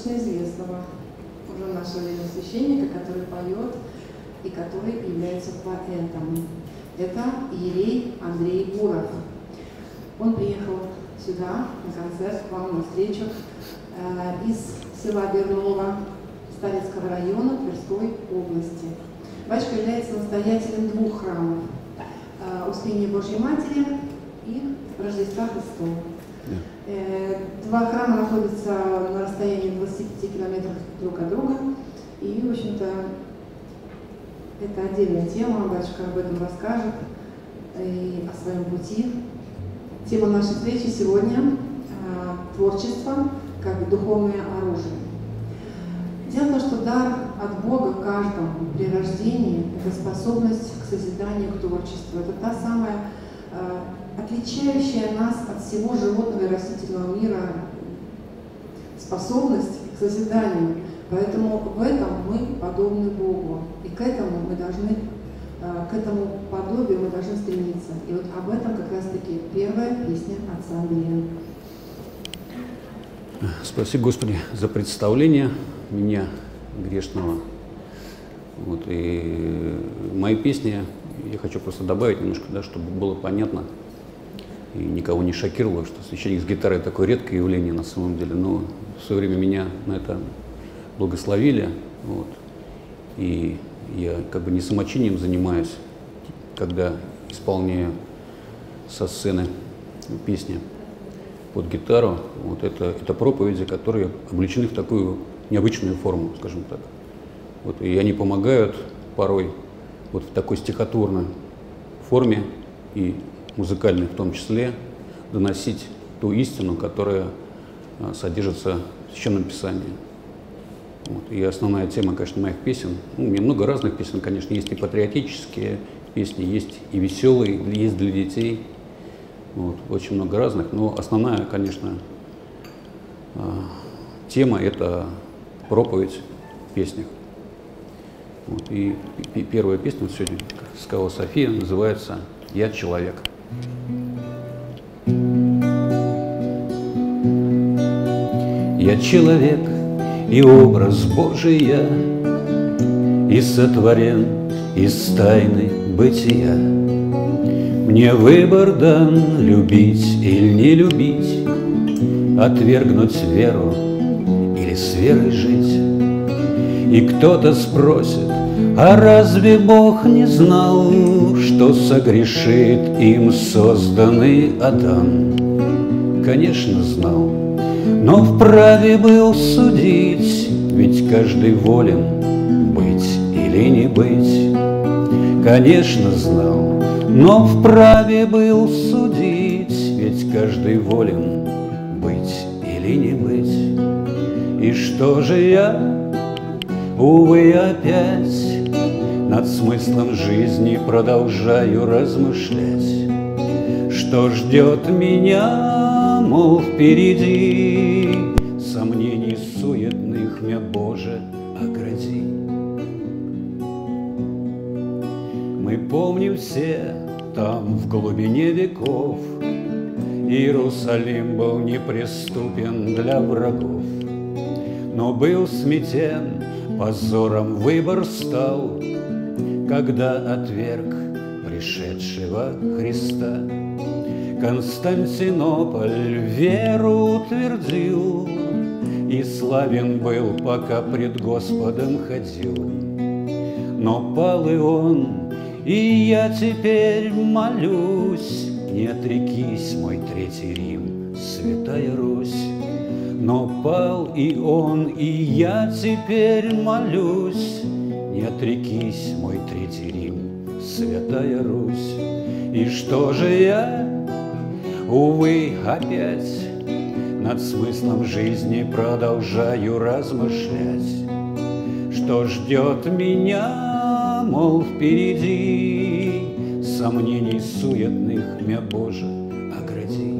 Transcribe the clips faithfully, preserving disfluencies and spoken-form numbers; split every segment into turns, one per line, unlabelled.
достаточно известного уже в наше время священника, который поет и который является поэтом. Это иерей Андрей Гуров. Он приехал сюда на концерт, к вам на встречу э, из села Бернова Старицкого района Тверской области. Батюшка является настоятелем двух храмов э, Успения Божьей Матери и Рождества Христова. Yeah. Э, два храма находятся на расстоянии двадцати пяти километров друг от друга, и, в общем-то, это отдельная тема, батюшка об этом расскажет и о своем пути. Тема нашей встречи сегодня э, – творчество как духовное оружие. Дело в том, что дар от Бога каждому при рождении – это способность к созиданию, к творчеству. Это та самая э, отличающая нас от всего животного и растительного мира способность к созиданию. Поэтому в этом мы подобны Богу. И к этому мы должны, к этому подобию мы должны стремиться. И вот об этом как раз-таки первая песня отца Андрея.
Спасибо, Господи, за представление меня, грешного. Вот, и мои песни, я хочу просто добавить немножко, да, чтобы было понятно и никого не шокировало, что священник с гитарой такое редкое явление на самом деле. Но в свое время меня на это благословили, вот, и я как бы не самочинием занимаюсь, когда исполняю со сцены песни под гитару. Вот это, это проповеди, которые облечены в такую необычную форму, скажем так. Вот, и они помогают порой вот в такой стихотворной форме и музыкальной в том числе доносить ту истину, которая а, содержится в Священном Писании. Вот. И основная тема, конечно, моих песен, ну, у меня много разных песен, конечно, есть и патриотические песни, есть и веселые, есть для детей, вот, очень много разных, но основная, конечно, тема – это проповедь в песнях. Вот. И первая песня, вот сегодня сказала София, называется «Я человек». Я человек, и образ Божий я, и сотворен из тайны бытия. Мне выбор дан любить или не любить, отвергнуть веру или с верой жить. И кто-то спросит, а разве Бог не знал, что согрешит им созданный Адам? Конечно, знал, но вправе был судить, ведь каждый волен быть или не быть. Конечно, знал, но вправе был судить, ведь каждый волен быть или не быть. И что же я, увы, опять над смыслом жизни продолжаю размышлять? Что ждет меня, мол, впереди? Сомнений суетных мя, Боже, огради. Мы помним все, там в глубине веков Иерусалим был неприступен для врагов, но был сметен, позором выбор стал, когда отверг пришедшего Христа. Константинополь веру утвердил и славен был, пока пред Господом ходил. Но пал и он, и я теперь молюсь, не отрекись, мой Третий Рим, Святая Русь. Но пал и он, и я теперь молюсь, не отрекись, мой Третий Рим, Святая Русь. И что же я, увы, опять над смыслом жизни продолжаю размышлять? Что ждет меня, мол, впереди? Сомнений суетных мя, Боже, огради.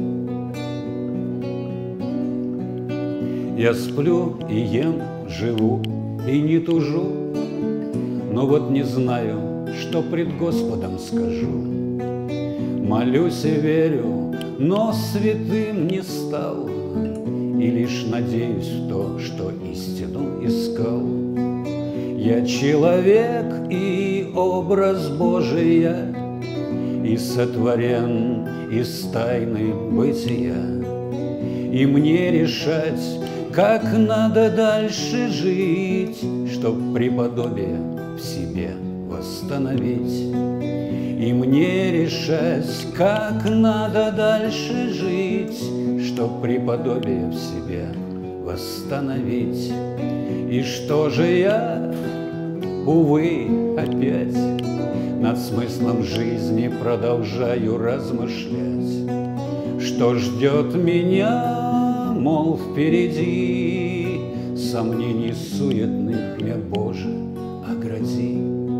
Я сплю и ем, живу и не тужу, но вот не знаю, что пред Господом скажу. Молюсь и верю, но святым не стал, и лишь надеюсь в то, что из истину искал. Я человек и образ Божий я, и сотворен из тайны бытия. И мне решать, как надо дальше жить, чтоб преподобие в себе восстановить. И мне решать, как надо дальше жить, чтоб преподобие в себе восстановить. И что же я, увы, опять над смыслом жизни продолжаю размышлять? Что ждет меня, мол, впереди? Сомнений суетных меня, Боже, огради.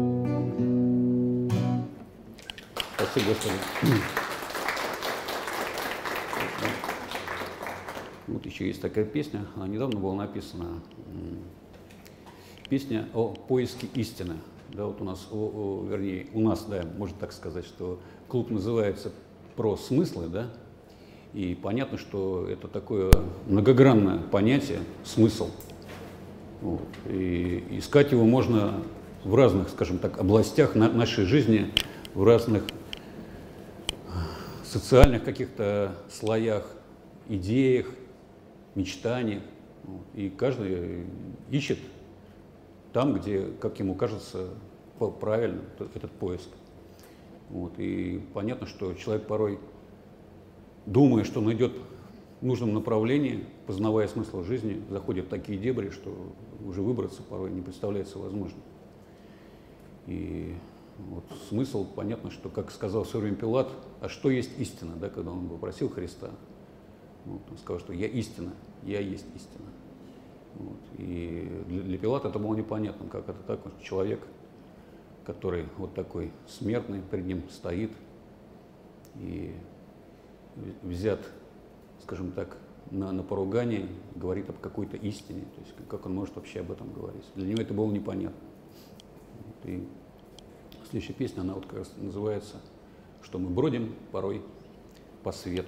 Спасибо, Господи. Вот еще есть такая песня, она недавно была написана. Песня о поиске истины. Да, вот у нас, о, о, вернее, у нас, да, можно так сказать, что клуб называется «Про смыслы», да, и понятно, что это такое многогранное понятие «смысл». Вот. И искать его можно в разных, скажем так, областях на нашей жизни, в разных социальных каких-то слоях, идеях, мечтаниях. Вот. И каждый ищет там, где, как ему кажется, правильно этот поиск. Вот. И понятно, что человек порой, думая, что он идет в нужном направлении, познавая смысл жизни, заходит в такие дебри, что уже выбраться порой не представляется возможным. И вот смысл, понятно, что, как сказал в свое время Пилат, а что есть истина, да, когда он попросил Христа, вот, он сказал, что я истина, я есть истина. Вот. И для, для Пилата это было непонятно, как это так, человек, который вот такой смертный, перед ним стоит и взят, скажем так, на, на поругание, говорит об какой-то истине, то есть как он может вообще об этом говорить. Для него это было непонятно. Вот. И следующая песня, она вот как раз называется, что мы бродим порой по свету.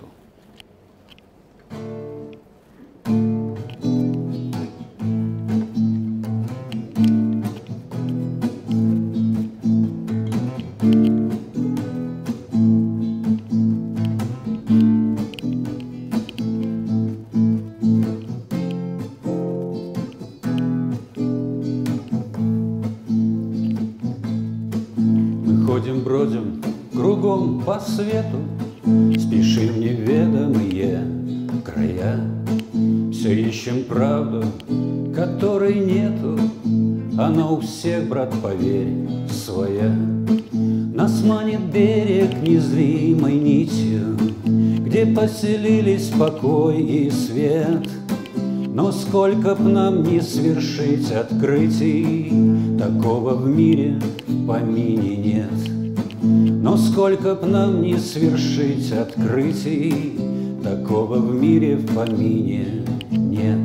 Бродим кругом по свету, спешим в неведомые края. Все ищем правду, которой нету, она у всех, брат, поверь, своя. Нас манит берег незримой нитью, где поселились покой и свет. Но сколько б нам не свершить открытий, такого в мире в помине нет. Но сколько б нам не свершить открытий, такого в мире в помине нет.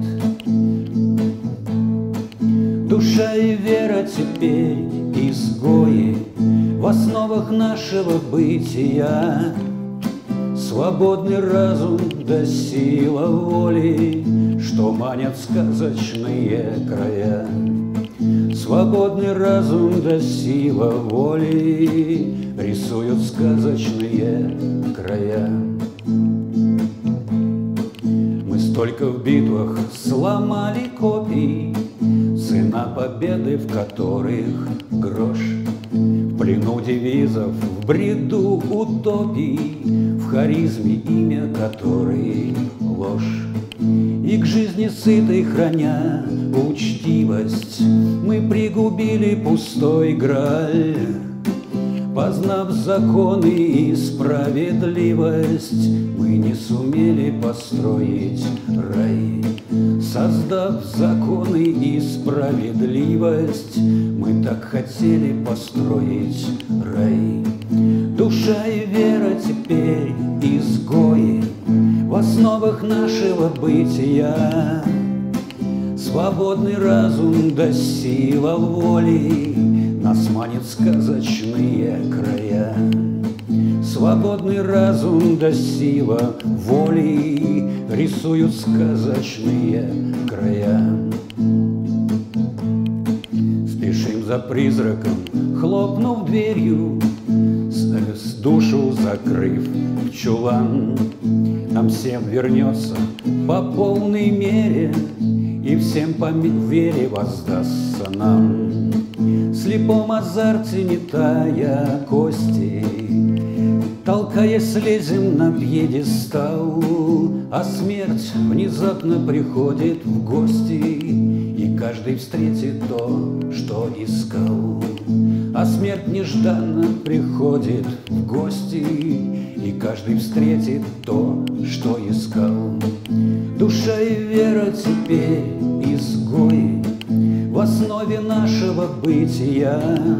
Душа и вера теперь изгои в основах нашего бытия. Свободный разум да сила воли, что манят сказочные края. Свободный разум да сила воли рисуют сказочные края. Мы столько в битвах сломали копий, цена победы, в которых грош. В плену девизов, в бреду утопий, в харизме имя которой ложь. И к жизни сытой храня учтивость, мы пригубили пустой грааль. Познав законы и справедливость, мы не сумели построить рай. Создав законы и справедливость, мы так хотели построить рай. Душа и вера теперь изгои в основах нашего бытия. Свободный разум да сила воли нас манит сказочные края. Свободный разум да сила воли рисуют сказочные края. за призраком, хлопнув дверью, с, с душу закрыв в чулан. Нам всем вернется по полной мере, и всем по вере воздастся нам. В слепом азарте не тая кости, толкаясь, лезем на пьедестал, а смерть внезапно приходит в гости, и каждый встретит то, что искал. А смерть нежданно приходит в гости, и каждый встретит то, что искал. Душа и вера теперь изгои в основе нашего бытия.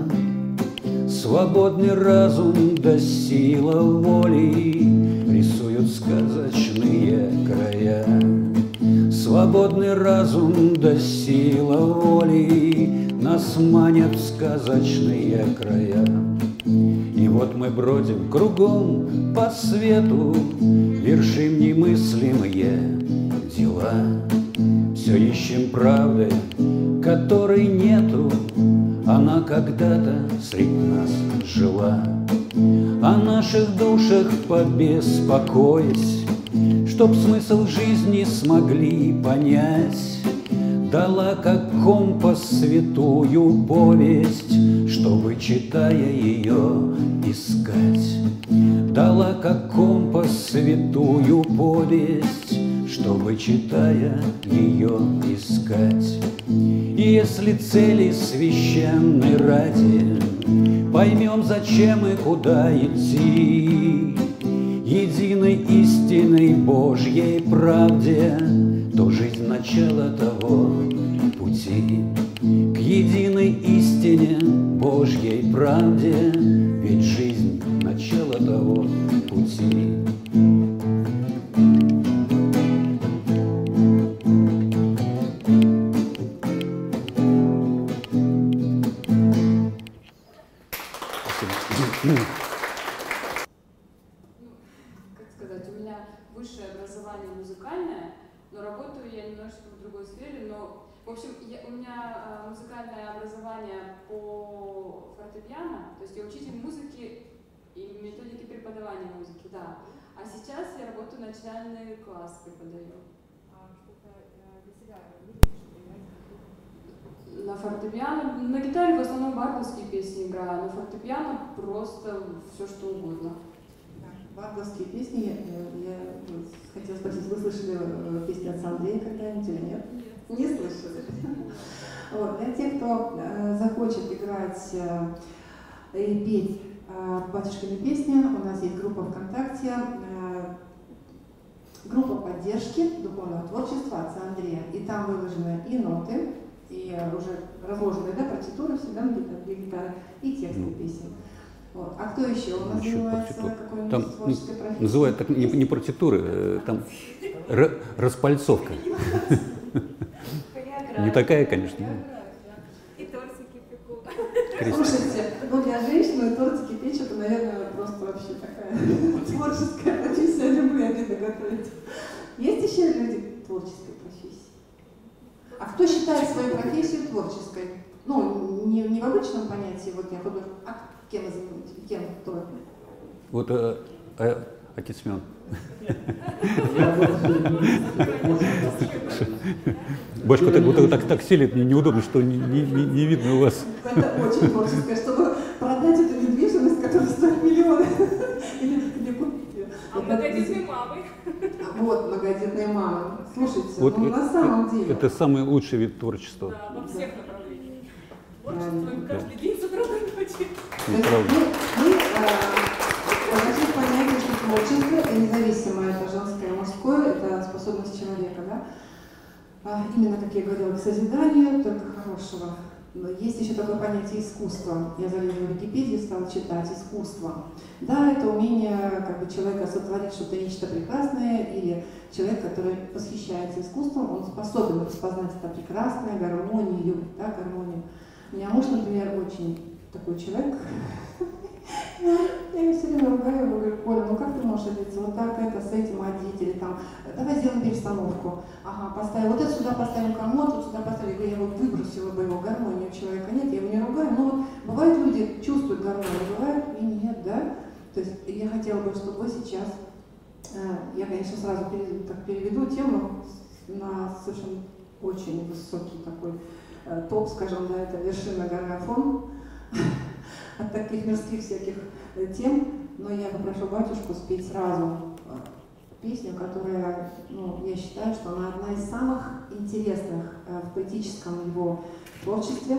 Свободный разум да сила воли рисуют сказочные края. Свободный разум да сила воли нас манят в сказочные края. И вот мы бродим кругом по свету, вершим немыслимые дела. Все ищем правды, которой нету, она когда-то среди нас жила. О наших душах побеспокоясь, чтоб смысл жизни смогли понять, дала как компас святую повесть, чтобы, читая ее, искать. Дала как компас святую повесть, чтобы, читая ее, искать. И если цели священной ради поймем, зачем и куда идти, единой истинной Божьей правде, то жизнь начало того пути. К единой истине Божьей правде, ведь жизнь начало того пути.
Как сказать, у меня высшее образование музыкальное, но работаю я немножечко в другой сфере, но, в общем, я, у меня музыкальное образование по фортепиано, то есть я учитель музыки и методики преподавания музыки, да. А сейчас я работаю начальный класс, преподаю.
А что-то для себя любишь играть?
На фортепиано, на гитаре в основном бардовские песни играю, на фортепиано просто все что угодно.
Бардовские песни, я хотела спросить, вы слышали песни отца Андрея когда-нибудь или нет?
Нет.
Не слышали. Вот. Для тех, кто захочет играть и петь батюшкины песни, у нас есть группа ВКонтакте, группа поддержки духовного творчества отца Андрея. И там выложены и ноты, и уже разложены, да, партитуры всегда для гитары, и тексты песен. Вот. А кто еще у нас занимается какой-нибудь
там
творческой профессией?
Называют так не, не партитуры, там распальцовка. Не такая, конечно.
И тортики пеку.
Слушайте, ну для женщины тортики печь, это, наверное, просто вообще такая творческая профессия, люблю обеды готовить. Есть еще люди творческой профессии? А кто считает свою профессию творческой? Ну, не, не в обычном понятии, вот я художник, а кем вы занимаетесь, кем, кто?
Вот э, э, отец Семен. Башку так, вот, так, так сели, неудобно, что не, не, не видно у вас.
Это очень творческое, чтобы продать эту недвижимость, которая стоит миллионы, или, или купить ее.
А многодетной мамой.
Вот, многодетные мамы. Слушайте,
Вот
ну
это,
на самом деле.
Это самый лучший вид творчества.
Да, во всех направлениях. Творчество
Правильно.
каждый день с утра до ночи.
То есть мы, мы э, значит, понятие, что творчество, это независимо, это женское, мужское, это способность человека, да? А, именно, как я говорила, к созиданию, только хорошего. Но есть еще такое понятие искусства. Я залезла в Википедию, стала читать искусство. Да, это умение как бы, человека сотворить что-то нечто прекрасное, или человек, который восхищается искусством, он способен распознать это прекрасное, гармонию, любит, да, гармонию. У меня муж, например, очень такой человек. Я его все время ругаю, говорю: Коля, ну как ты можешь одеться вот так, это, с этим одеть, или там, давай сделаем перестановку. Ага, поставил, вот это сюда поставим комод, вот сюда поставим. Я его выбросила бы, его гармонию человека нет, я его не ругаю, многие чувствуют гармонию, бывает и нет, да? То есть я хотела бы, чтобы вы сейчас, я, конечно, сразу переведу, так, переведу тему на совершенно очень высокий такой топ, скажем, да, это вершина горы Афон от таких мирских всяких тем, но я попрошу батюшку спеть сразу песню, которая, ну, я считаю, что она одна из самых интересных в поэтическом его творчестве.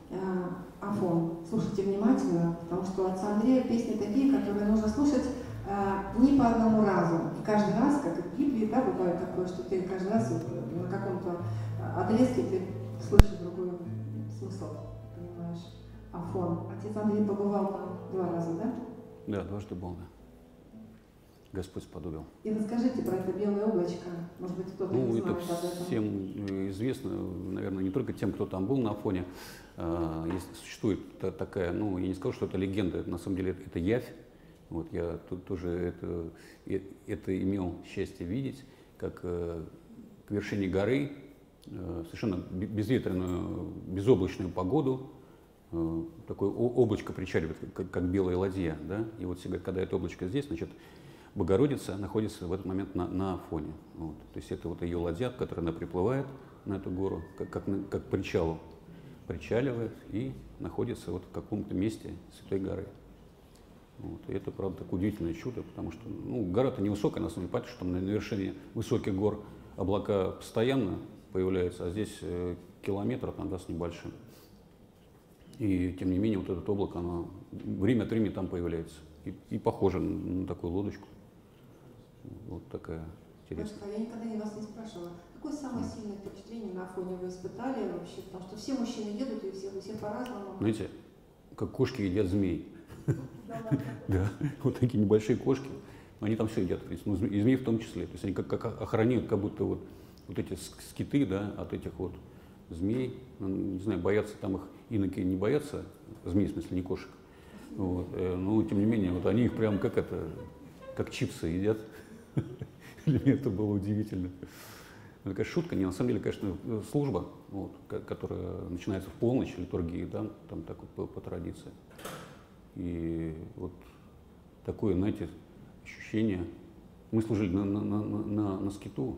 Афон. Слушайте внимательно, потому что у отца Андрея песни такие, которые нужно слушать э, не по одному разу. И каждый раз, как и в Библии, да, бывает такое, что ты каждый раз на каком-то отрезке ты слышишь другой смысл, понимаешь? Афон. Отец Андрей побывал там два раза, да?
Да, дважды был, да. Господь сподобил.
И расскажите про это белое облачко. Может быть, кто-то
ну,
не
это
знает об этом.
Всем известно, наверное, не только тем, кто там был на Афоне. Есть, существует такая, ну, я не скажу, что это легенда, это, на самом деле это явь. Вот, я тут тоже это, это имел счастье видеть, как к вершине горы, совершенно безветренную, безоблачную погоду, такое облачко причаливает, как, как белая ладья. Да? И вот всегда, когда это облачко здесь, значит, Богородица находится в этот момент на, на Афоне. Вот. То есть это вот ее ладья, которая она приплывает на эту гору, как, как, как к причалу. Причаливает и находится вот в каком-то месте Святой горы. Вот. И это, правда, такое удивительное чудо, потому что ну, гора-то невысокая, на самом деле, понятно, что на вершине высоких гор облака постоянно появляются, а здесь э, километр тогда с небольшим. И, тем не менее, вот это облако, оно время от времени там появляется. И, и похоже на такую лодочку. Вот такая интересная.
Батюшка, я никогда не вас не спрашивала, какое самое сильное впечатление на Афоне вы испытали вообще? Потому что все мужчины едут, и все, все по-разному.
Знаете, как кошки едят змей. Да, вот такие небольшие кошки, они там все едят, и змеи в том числе. То есть они как охраняют, как будто вот эти скиты, да, от этих вот змей. Не знаю, боятся там их, иноки не боятся, змей, в смысле, не кошек. Вот. Но, тем не менее, вот они их прям как это, как чипсы едят. Для меня это было удивительно. Это, конечно, шутка, не на самом деле, конечно, служба, вот, которая начинается в полночь, литургии, да, там так вот по, по традиции. И вот такое, знаете, ощущение. Мы служили на, на, на, на, на скиту,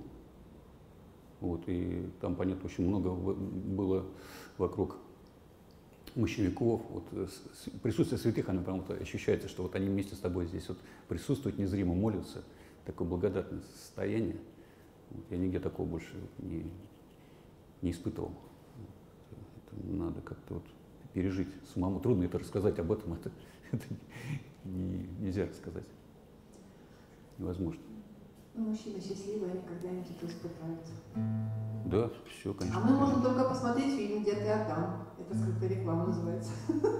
вот, и там, понятно, очень много было вокруг мощевиков. Вот, присутствие святых, оно прям вот ощущается, что вот они вместе с тобой здесь вот присутствуют, незримо молятся. Такое благодатное состояние. Вот, я нигде такого больше не, не испытывал. Это надо как-то вот пережить самому. Трудно это рассказать об этом, это, это не, нельзя рассказать. Невозможно.
Ну, мужчины счастливые, они когда-нибудь это испытают.
Да, все, конечно.
А мы можем только посмотреть фильм «Где ты, Адам». Это скрытая реклама называется.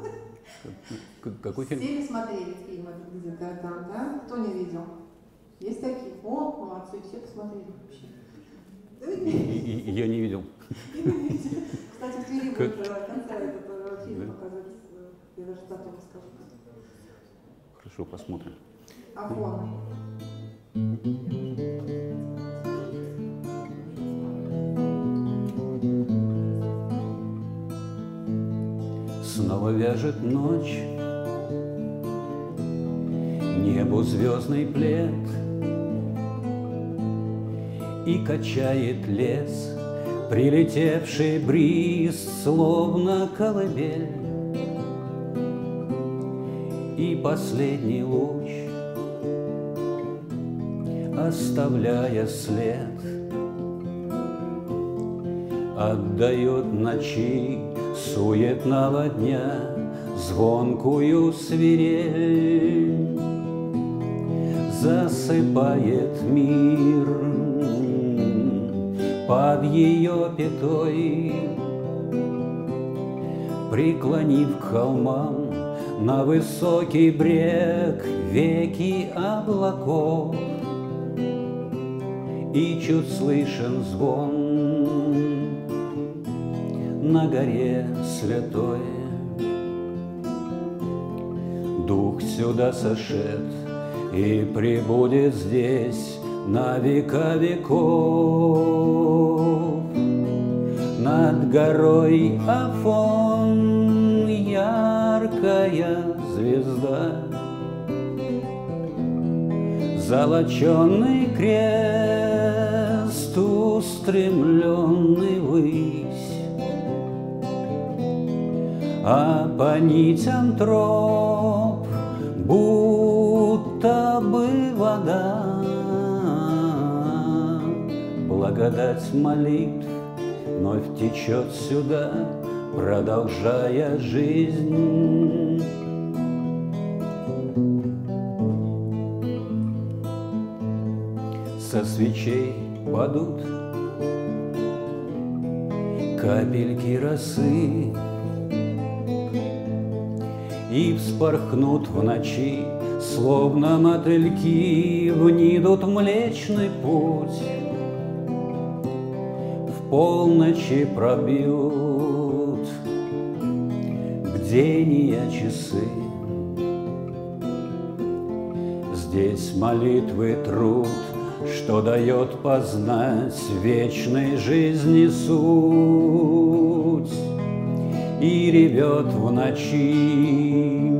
Как, какой фильм?
Все ли смотрели фильм «Где ты, Адам», да? Кто не видел? Есть такие? О, молодцы, все посмотрели вообще.
И, и, и я не видел.
Кстати, в Твери будет в конце этот фильм
Да?
показывать. Я даже дату расскажу.
Хорошо, посмотрим.
Афон.
Снова вяжет ночь небу звездный плед, и качает лес прилетевший бриз, словно колыбель. И последний луч, оставляя след, отдает ночи суетного дня звонкую свирель, засыпает мир под ее пятой, преклонив к холмам на высокий брег веки облаков, и чуть слышен звон на горе святой. Дух сюда сошед и пребудет здесь на века веков, Над горой Афон яркая звезда, золоченый крест, устремленный ввысь, а по нитям троп будто бы вода. Благодать молитв вновь течет сюда, продолжая жизнь. Со свечей падут капельки росы и вспорхнут в ночи, словно мотыльки, внидут в Млечный Путь. В полночи пробьют бдения часы. Здесь молитвы труд, что дает познать вечной жизни суть, и ревет в ночи,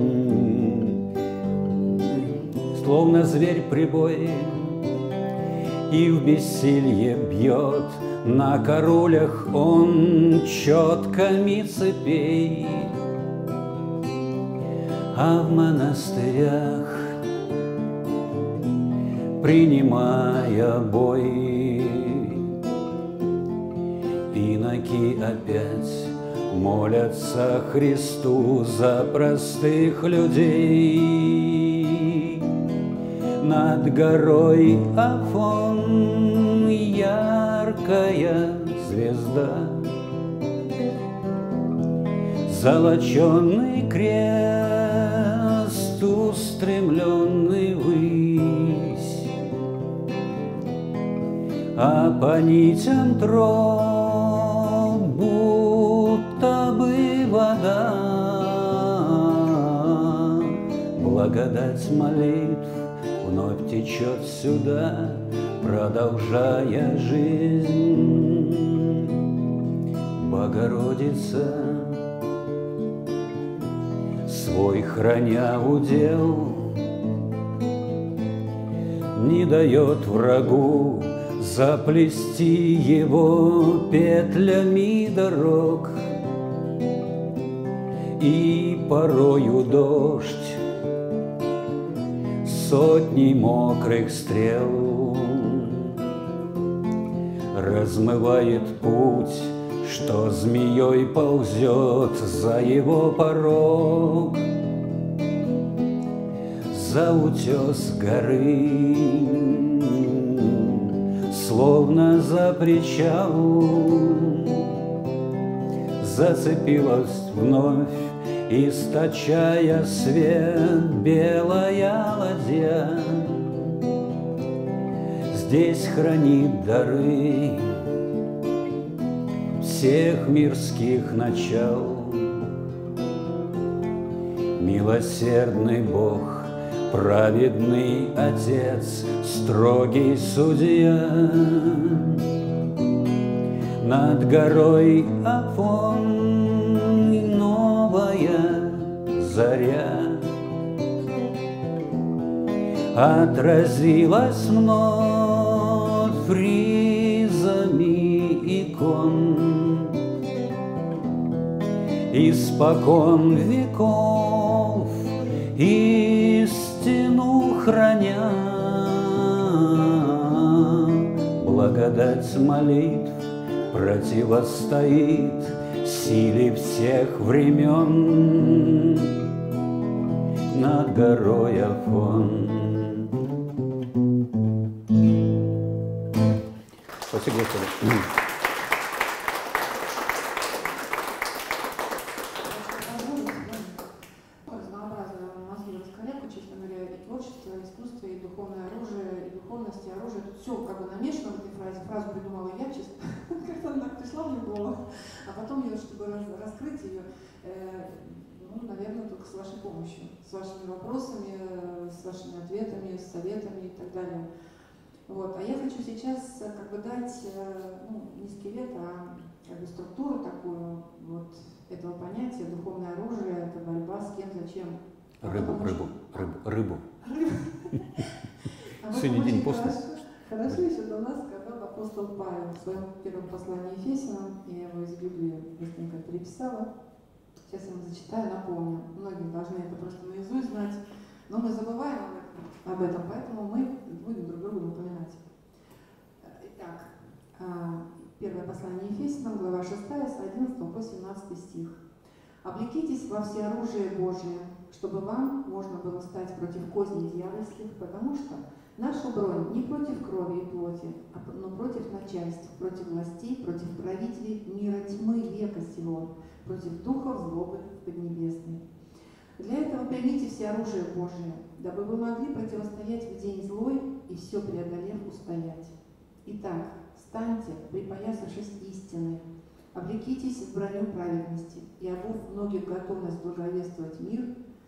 словно зверь прибой, и в бессилье бьет на королях он четками цепей, а в монастырях, принимая бой, иноки опять молятся Христу за простых людей. Над горой Афон яркая звезда, золоченый крест, устремленный ввысь, а по нитям троп будто бы вода. Благодать молитв вновь течет сюда, продолжая жизнь. Богородица, свой храня удел, не дает врагу заплести его петлями дорог, и порою дождь сотни мокрых стрел размывает путь, что змеей ползет за его порог. За утес горы, словно за причал, зацепилась вновь, источая свет, белая ладья. Здесь хранит дары всех мирских начал. Милосердный Бог, праведный Отец, строгий судья. Над горой Афон новая заря отразилась вновь фризами икон. Испокон веков истину храня, благодать молитв противостоит силе всех времен. Над горой Афон. Спасибо, Господи.
Разнообразно мозги раскаляку, честно говоря, и творчество, и искусство, и духовное оружие, и духовность, и оружие. Тут все как бы намешано в этой фразе. Фразу придумала я, честно, как-то она пришла мне в голову. А потом ее, чтобы раскрыть ее, ну, наверное, только с вашей помощью, с вашими вопросами, с вашими ответами, с советами и так далее. Вот. А я хочу сейчас как бы дать, ну, не скелет, а как бы структуру такую вот этого понятия духовное оружие, это борьба с кем, зачем.
Рыбу, рыбу, рыбу, рыбу.
А
Сегодня день постный.
Хорошо еще до нас сказал апостол Павел в своем первом послании Ефесянам, я его из Библии быстренько переписала. Сейчас я вам зачитаю, напомню. Многие должны это просто наизусть знать, но мы забываем об этом, поэтому мы будем друг другу напоминать. Итак, первое послание Ефесянам, глава шестая, с одиннадцатого по семнадцатый стих. «Облекитесь во всеоружие Божие, чтобы вам можно было стать против козней дьявольских, потому что наша бронь не против крови и плоти, но против начальств, против властей, против правителей мира тьмы века сего, против духов злобы поднебесной. Для этого примите все оружие Божие, дабы вы могли противостоять в день злой и все преодолев устоять. Итак, встаньте, припоясавшись истиной, облекитесь в броню праведности и обув многих готовность благовествовать мир.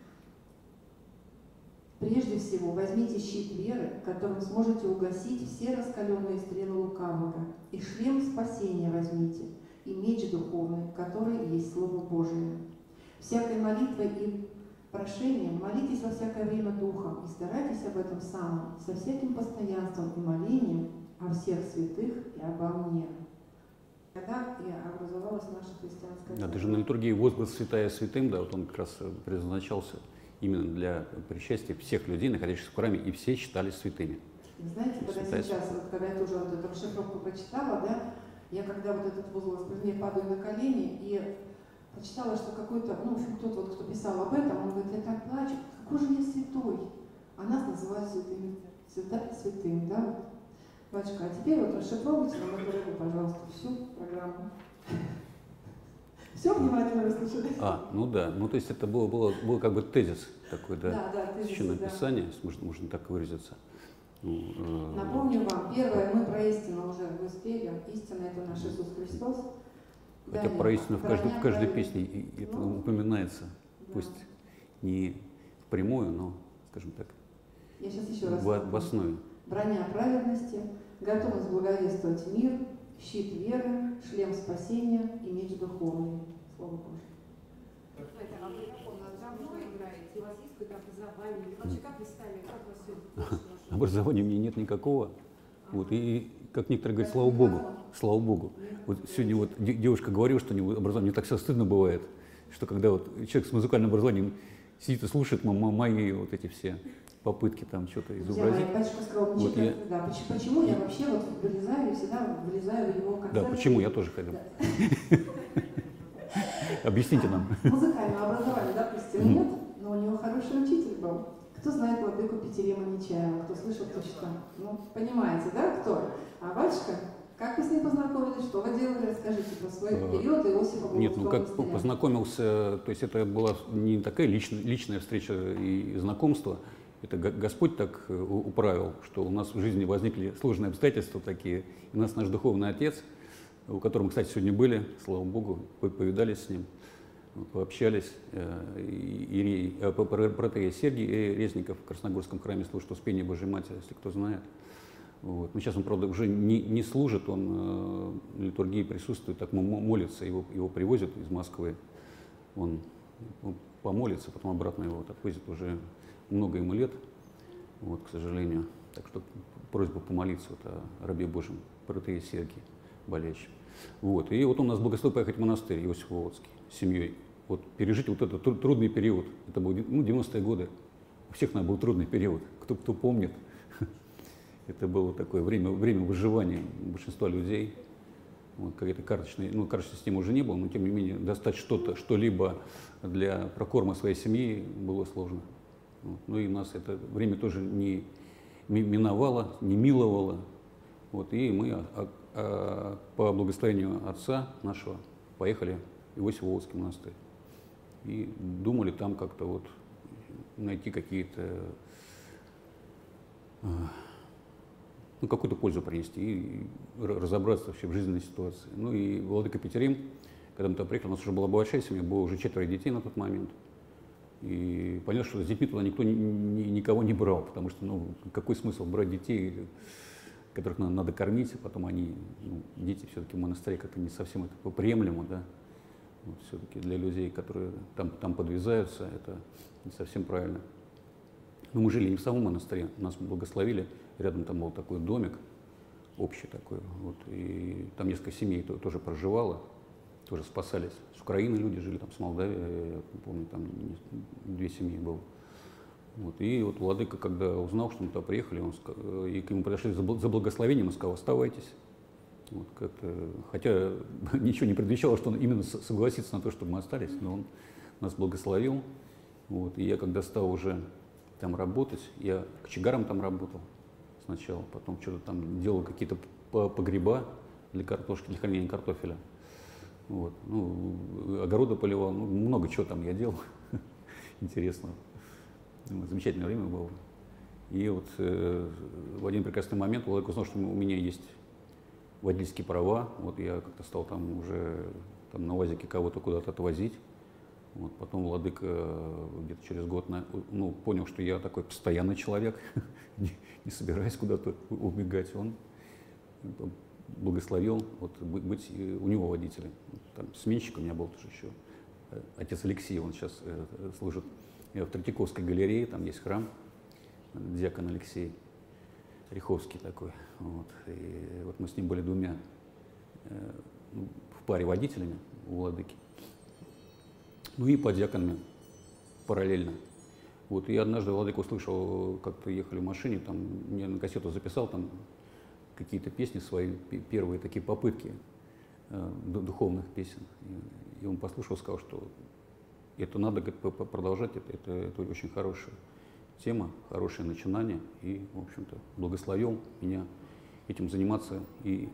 Прежде всего, возьмите щит веры, которым сможете угасить все раскаленные стрелы лукавого, и шлем спасения возьмите, и меч духовный, который есть Слово Божие. Всякой молитвой и прошением молитесь во всякое время Духом, и старайтесь об этом самом, со всяким постоянством и молением о всех святых и обо мне». Когда и образовалась наша христианская
Да, даже на литургии возглас «Святая святым», да, вот он как раз предназначался именно для причастия всех людей, находящихся в храме, и все считались святыми.
И знаете, когда
Святая
сейчас, вот, когда я тоже вот эту расшифровку прочитала, да, я когда вот этот возглас, я падаю на колени и прочитала, что какой-то, ну, в общем, кто-то, вот, кто писал об этом, он говорит, я так плачу, какой же я святой, а нас называют святыми, святая святым, да. Батюшка, а теперь вот расшифровывайте нам эту рыбу, пожалуйста, всю программу. Все внимательно расслышали?
А, ну да, ну то есть это было, было, было как бы тезис такой, да,
да, да, тезис,
Священное
да.
Писание, можно, можно так выразиться. Ну, э,
Напомню вам, первое, мы про истину уже выспели, истина – это наш Иисус Христос.
Хотя
Далее,
про истину в каждой, в каждой
правильно.
песне и это
Ну,
упоминается,
да.
пусть не впрямую, но, скажем так,
Я сейчас еще раз
в, в основе.
Броня праведности, готовность благовествовать мир, щит веры, шлем спасения и меч духовный. Слово Божие.
Это, а вы давно играете? У вас есть какое-то образование? Или вообще как вы стали? Как вас все это?
Образования у меня нет никакого. Вот, и, как некоторые говорят, слава Богу, слава Богу. Вот сегодня вот де- девушка говорила, что у него образование, мне так все стыдно бывает, что когда вот человек с музыкальным образованием сидит и слушает мо- мо- мои вот эти все попытки там что-то
Друзья мои,
изобразить.
батюшка сказал,
Вот
ничего,
я-
да, почему, почему я вообще вот вылезаю и всегда вылезаю в его концерты.
Да, почему? Я тоже хотел.
Да.
Объясните нам.
Музыкального образования, допустим, нет, но у него хороший учитель был. Кто знает владыку Петерима Нечаева, кто слышал, кто читал? Ну, понимаете, да, кто? А батюшка, как вы с ним познакомились, что вы делали, расскажите про свой период Иосифа Богослова.
Нет, ну как познакомился, то есть это была не такая личная, личная встреча и знакомство, это Г- Господь так э, у- управил, что у нас в жизни возникли сложные обстоятельства такие, и у нас наш духовный отец, у которого мы, кстати, сегодня были, слава Богу, по- повидались с ним, вот, пообщались, э, и- Ирей, э, п- пр- протоиерей Сергий Резников в Красногорском храме служит Успение Божьей Матери, если кто знает. Вот. Но сейчас он, правда, уже не, не служит, он э, в литургии присутствует, так мо- молится, его, его привозят из Москвы, он, он помолится, потом обратно его вот отвозят уже много ему лет, вот, к сожалению. Так что просьба помолиться вот о рабе Божьем, протоиерее Сергии, болящем. Вот. И вот он нас благословил поехать в монастырь Иосиф Володский с семьей. Вот, пережить вот этот тру- трудный период, это был ну, девяностые годы, у всех, наверное, был трудный период, кто, кто помнит. Это было такое время, время выживания большинства людей. Вот, какая-то карточная, ну, карточной системы уже не было, но тем не менее достать что-то, что-либо для прокорма своей семьи было сложно. Вот. Ну и нас это время тоже не ми- миновало, не миловало. Вот, и мы а, а, по благословению отца нашего поехали в Иосиф-Володский монастырь. И думали там как-то вот найти какие-то ну, какую-то пользу принести и разобраться вообще в жизненной ситуации. Ну и владыка Петерим, когда мы туда приехали, у нас уже была большая семья, было уже четверо детей на тот момент. И понятно, что с детьми туда никто ни, ни- никого не брал, потому что, ну, какой смысл брать детей которых надо, надо кормить, а потом они, ну, дети все-таки в монастыре как-то не совсем это приемлемо, да. Вот, все-таки для людей, которые там, там подвязаются, это не совсем правильно. Но мы жили не в самом монастыре, нас благословили, рядом там был такой домик, общий такой, вот, и там несколько семей тоже проживало, тоже спасались. С Украины люди жили, там с Молдавии, я помню, там две семьи было. Вот, и вот владыка, когда узнал, что мы туда приехали, он, и к нему подошли за благословением, он сказал: оставайтесь. Вот, как-то, хотя ничего не предвещало, что он именно согласится на то, чтобы мы остались, но он нас благословил. Вот, и я когда стал уже там работать, я кочегаром там работал сначала, потом что-то там делал какие-то погреба для картошки, для хранения картофеля. Вот, ну, огороды поливал, ну, много чего там я делал интересного. Замечательное время было. И вот э, в один прекрасный момент Владыка узнал, что у меня есть водительские права. Вот я как-то стал там уже там, на УАЗике кого-то куда-то отвозить. Вот, потом Владыка где-то через год на, ну, понял, что я такой постоянный человек, не, не собираюсь куда-то убегать. Он благословил вот, быть у него водителем. Там сменщик у меня был тоже еще. Отец Алексей, он сейчас э, служит в Третьяковской галерее, там есть храм, диакон Алексей Риховский такой. Вот. И вот мы с ним были двумя э, ну, в паре водителями у владыки. Ну и подьяконами параллельно. Вот. И однажды владыка услышал, как-то ехали в машине, там, мне на кассету записал там какие-то песни свои, первые такие попытки э, духовных песен. И, и он послушал, сказал, что это надо, говорит, продолжать, это, это, это очень хорошая тема, хорошее начинание. И, в общем-то, благословил меня этим заниматься и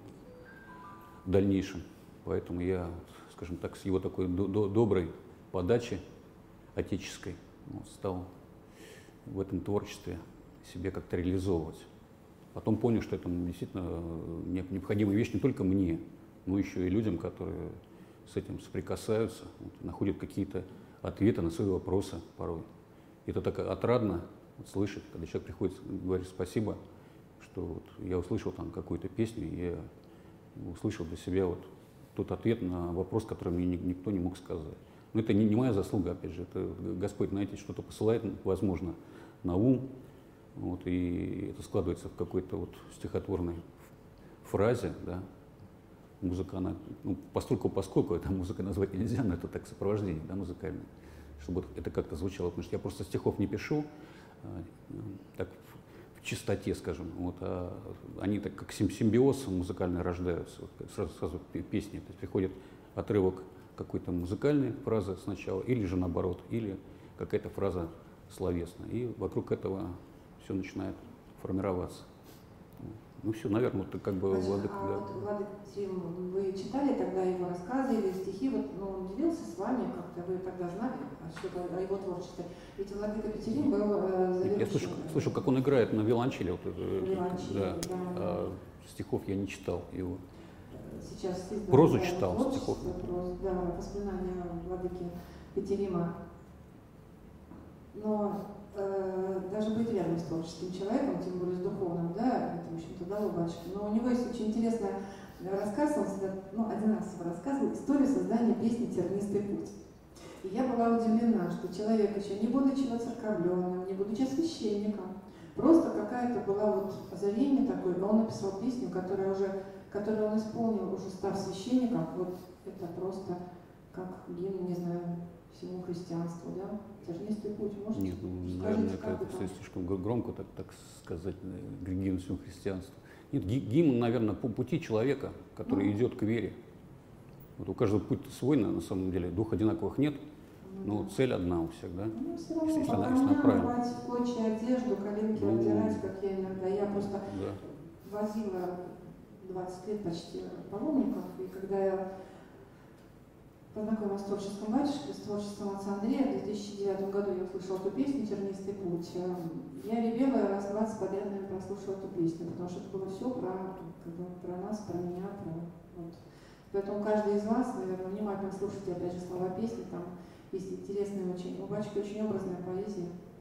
в дальнейшем. Поэтому я, скажем так, с его такой до, до, доброй подачи отеческой вот, стал в этом творчестве себе как-то реализовывать. Потом понял, что это действительно необходимая вещь не только мне, но еще и людям, которые с этим соприкасаются, вот, находят какие-то ответы на свои вопросы порой. Это так отрадно вот, слышать, когда человек приходит и говорит спасибо, что вот, я услышал там какую-то песню, и я услышал для себя вот тот ответ на вопрос, который мне никто не мог сказать. Но это не, не моя заслуга, опять же, это Господь, знаете, что-то посылает, возможно, на ум, вот, и это складывается в какой-то вот стихотворной фразе, да. Музыка, она, ну, постольку, поскольку это музыкой назвать нельзя, но это так сопровождение, да, музыкальное, чтобы это как-то звучало, потому что я просто стихов не пишу, а, так, в, в чистоте, скажем, вот, а они так как симбиоз музыкальный рождаются, вот, сразу, сразу песни, то есть приходит отрывок какой-то музыкальной фразы сначала, или же наоборот, или какая-то фраза словесная, и вокруг этого все начинает формироваться. Ну все, наверное, вот как бы...
Значит,
Владыка,
а
да.
вот, Владыка, вы читали тогда его рассказы или стихи, вот, ну, он делился с вами как-то, вы тогда знали что-то о его творчестве? Ведь Владыка Петерим был э, заведующим.
Я слышал, слышал, как он играет на виолончели. Вот,
Виолончели,
да.
да.
А стихов я не читал его.
Сейчас издано,
Прозу
да,
читал, стихов.
Проз, да, воспоминания Владыки Петерима. Но э, даже быть рядом с творческим человеком, тем более с духовным, да, это, в общем-то, дало батюшке. Но у него есть очень интересный рассказ, он всегда, ну, один раз его рассказывал, историю создания песни «Тернистый путь». И я была удивлена, что человек, еще не будучи воцерковленным, не будучи священником, просто какая-то была вот озарение такое, но он написал песню, которая уже, которую он исполнил, уже став священником, вот это просто как гимн, не знаю, всему христианству, да? Тернистый путь, можете?
Нет, ну,
Скажите,
наверное,
как
это,
это?
это слишком громко так, так сказать, гимн всему христианству. Нет, гимн, наверное, по пути человека, который ну. идет к вере. Вот у каждого путь свой, на самом деле, двух одинаковых нет, но ну, цель одна у всех, да?
Ну, все равно,
если,
пока
если
меня
правильно.
рвать в клочья одежду, коленки
ну,
обдирать, как я иногда. Я просто
да.
возила двадцать лет почти паломников, и когда я познакомилась с творчеством батюшки, с творчеством отца Андрея, в две тысячи девятом году я услышала эту песню «Тернистый путь». Я ревела, раз двадцать подряд, наверное, прослушала эту песню, потому что это было все про, как бы, про нас, про меня, про... Вот. Поэтому каждый из вас, наверное, внимательно слушайте, опять же, слова песни, там есть интересные очень, у батюшки очень образная поэзия.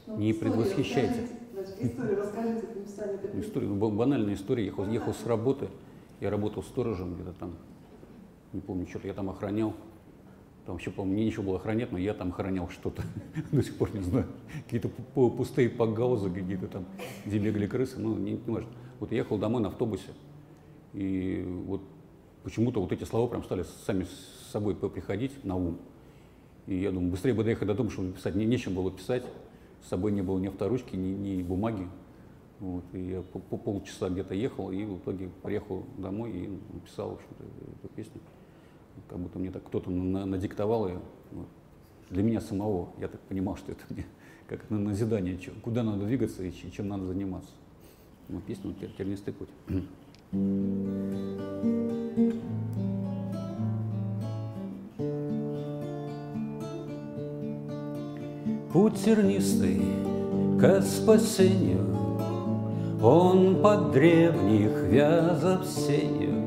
Ну,
не
историю
предвосхищайте.
расскажите, Историю расскажите, по написанию такой.
История, ну, банальная история. Ехал, ехал с работы, я работал сторожем где-то там, не помню, что-то я там охранял. Там вообще, по-моему, мне ничего было охранять, но я там охранял что-то. До сих пор не знаю. Какие-то пустые пакгаузы, какие-то там, где бегали крысы, ну, не, не важно. Вот я ехал домой на автобусе, и вот почему-то вот эти слова прям стали сами с собой приходить на ум. И я думаю, быстрее бы доехать до дома, чтобы писать. Не, нечем было писать, с собой не было ни авторучки, ни, ни бумаги. Вот, и я по, по полчаса где-то ехал, и в итоге приехал домой и написал, в общем-то, эту песню. Как будто мне так кто-то на, надиктовал ее. Вот. Для меня самого, я так понимал, что это мне как на назидание, чем, куда надо двигаться и чем надо заниматься. Вот песня вот, «Тернистый путь». Путь тернистый ко спасению, он под древних вязов сенью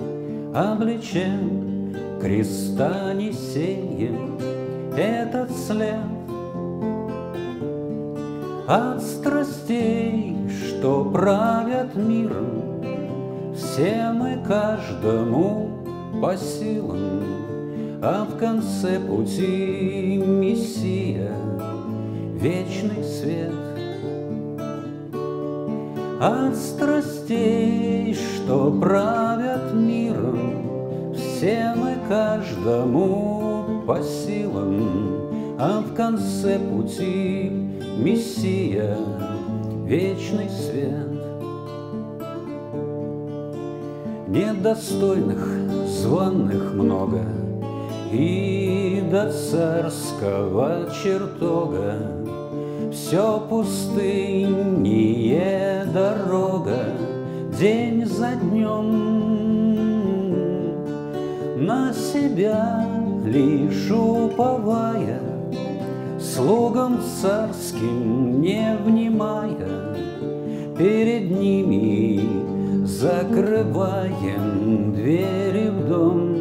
облечен креста несеньем этот след от страстей, что правят миром, всем и каждому по силам, а в конце пути Мессия, вечный свет. От страстей, что правят миром, всем и каждому по силам, а в конце пути Мессия, вечный свет. Недостойных, званых много, и до царского чертога все пустыннее дорога, день за днем, на себя лишь уповая, слугам царским не внимая, перед ними закрываем двери в дом.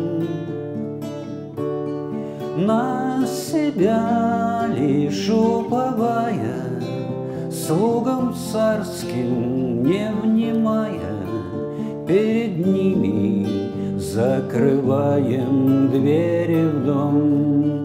На себя лишь уповая, слугам царским не внимая, перед ними закрываем двери в дом.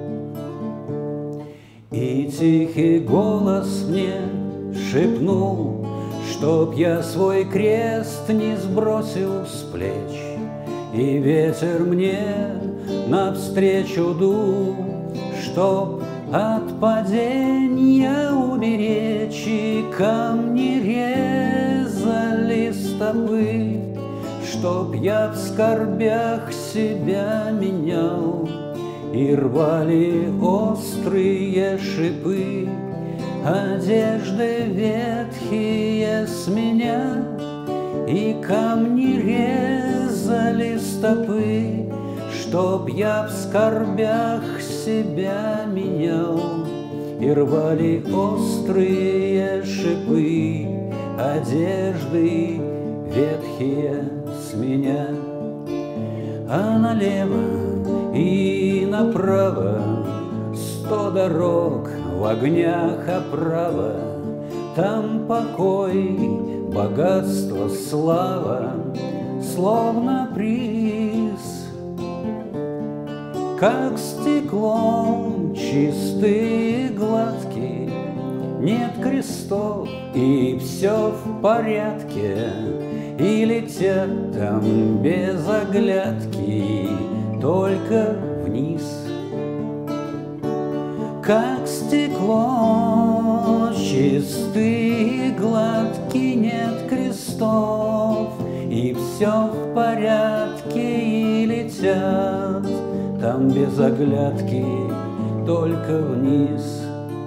И тихий голос мне шепнул, чтоб я свой крест не сбросил с плеч, и ветер мне навстречу дул, чтоб от падения уберечь, и камни резали стопы, чтоб я в скорбях себя менял, и рвали острые шипы одежды ветхие с меня, и камни резали стопы, чтоб я в скорбях себя менял, и рвали острые шипы одежды ветхие с меня. А налево и направо сто дорог в огнях оправа, там покой, богатство, слава, словно приз. Как стекло чистые и гладкие, нет крестов, и все в порядке, и летят там без оглядки только вниз. Как стекло чистые и гладкие, нет крестов, и все в порядке, и летят там без оглядки только вниз.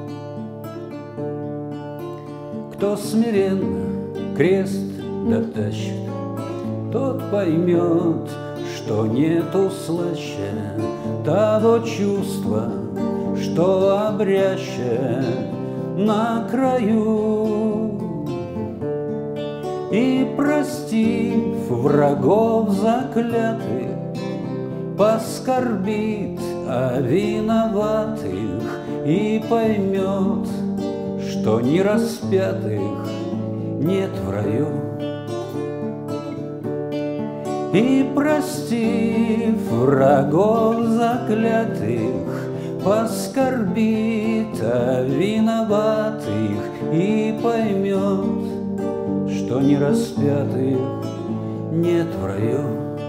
Кто смиренно крест дотащит, тот поймет, что нету слаще того чувства, что обряще на краю. И простив врагов заклятых, поскорбит о виноватых и поймет, что ни распятых нет в раю. И простив врагов заклятых, поскорбит о виноватых и поймет, что ни распятых нет в раю.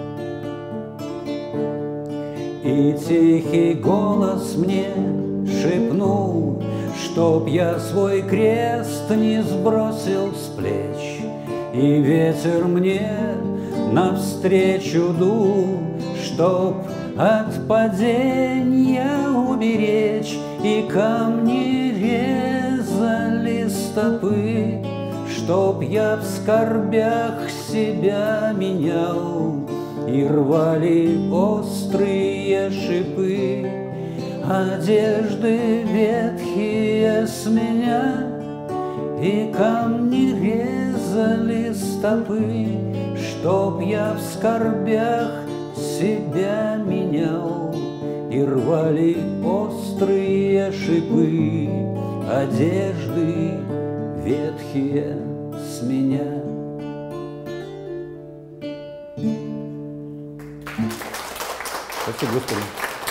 И тихий голос мне шепнул, чтоб я свой крест не сбросил с плеч, и ветер мне навстречу дул, чтоб от падения уберечь, и камни резали стопы, чтоб я в скорбях себя менял, и рвали острые шипы одежды ветхие с меня, и камни резали стопы, чтоб я в скорбях себя менял, и рвали острые шипы одежды ветхие с меня. Спасибо, Господи.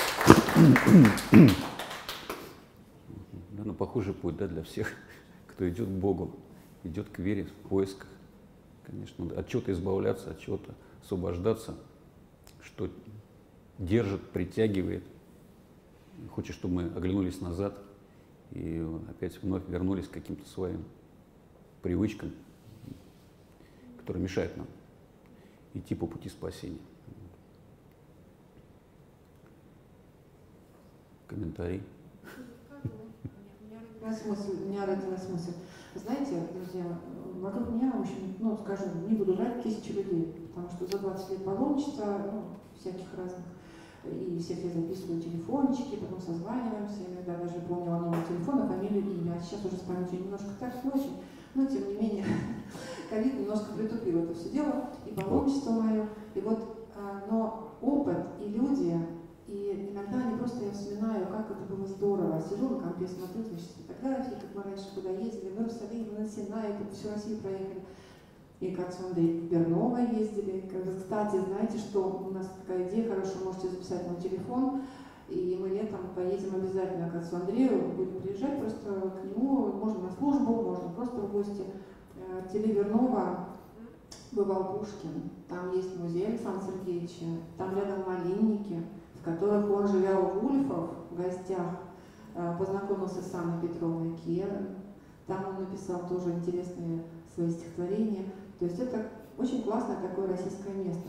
Да, ну, похожий путь, да, для всех, кто идет к Богу, идет к вере в поисках. Конечно, от чего-то избавляться, от чего-то освобождаться, что держит, притягивает. Хочет, чтобы мы оглянулись назад и опять вновь вернулись к каким-то своим привычкам, которые мешают нам идти по пути спасения. Комментарий.
У меня смысл, у меня родилась мысль. Знаете, друзья, вокруг меня, в общем, ну, скажем, не буду врать, тысячи людей, потому что за двадцать лет паломничества, ну, всяких разных, и всех я записываю телефончики, потом созваниваемся, иногда даже помню номер телефона, фамилию, имя, а сейчас уже с памятью немножко так, не очень, но тем не менее, ковид немножко притупил это все дело, и паломничество мое, и вот, но опыт и люди, и иногда они просто, я вспоминаю, как это было здорово. Сижу на компе, смотрю, значит, фотографии, как мы раньше куда ездили, в Иерусалим, на Синай, всю Россию проехали. И к отцу Андрею Бернова ездили. Кстати, знаете, что у нас такая идея хорошая, можете записать мой телефон, и мы летом поедем обязательно к отцу Андрею, будем приезжать просто к нему, можно на службу, можно просто в гости. В теле Бернова бывал Пушкин, там есть музей Александра Сергеевича, там рядом Малинники, в которых он, живя у Вульфов в гостях, познакомился с Анной Петровной Керн. Там он написал тоже интересные свои стихотворения. То есть это очень классное такое российское место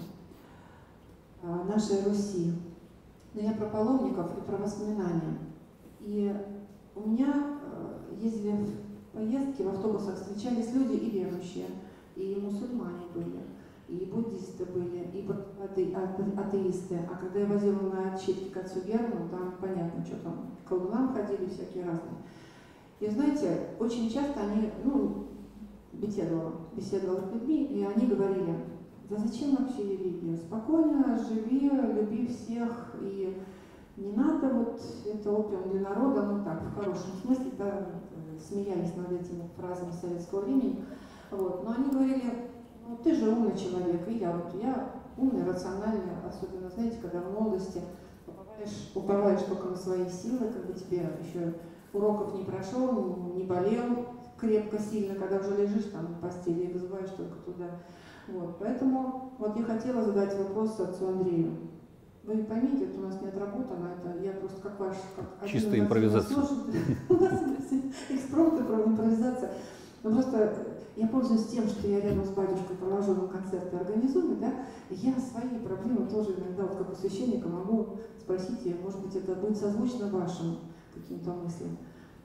нашей Руси. Но я про паломников и про воспоминания. И у меня ездили в поездки, в автобусах встречались люди и верующие, и мусульмане были, и буддисты были, и атеисты. А когда я возила на отчетки к отцу Герману, там понятно, что там, к колдунам ходили всякие разные. И знаете, очень часто они, ну, беседовала, беседовала с людьми, и они говорили: да зачем вообще религия? Спокойно живи, люби всех, и не надо вот это опиум для народа, ну так, в хорошем смысле, да, смеялись над этими фразами советского времени. Вот. Но они говорили: ну ты же умный человек, и я вот, я умный, рациональный, особенно, знаете, когда в молодости уповаешь, уповаешь только на свои силы, как бы тебе еще уроков не прошел, не болел крепко, сильно, когда уже лежишь там в постели и вызываешь только туда. Вот. Поэтому вот я хотела задать вопрос отцу Андрею. Вы поймите, это у нас не отработано, это я просто как ваш... Как
чистая импровизация.
У нас экспромт, импровизация. Но просто я пользуюсь тем, что я рядом с батюшкой провожу ему концерты, организую, да, я свои проблемы тоже иногда, вот как у священника, могу спросить, и, может быть, это будет созвучно вашим каким-то мыслям.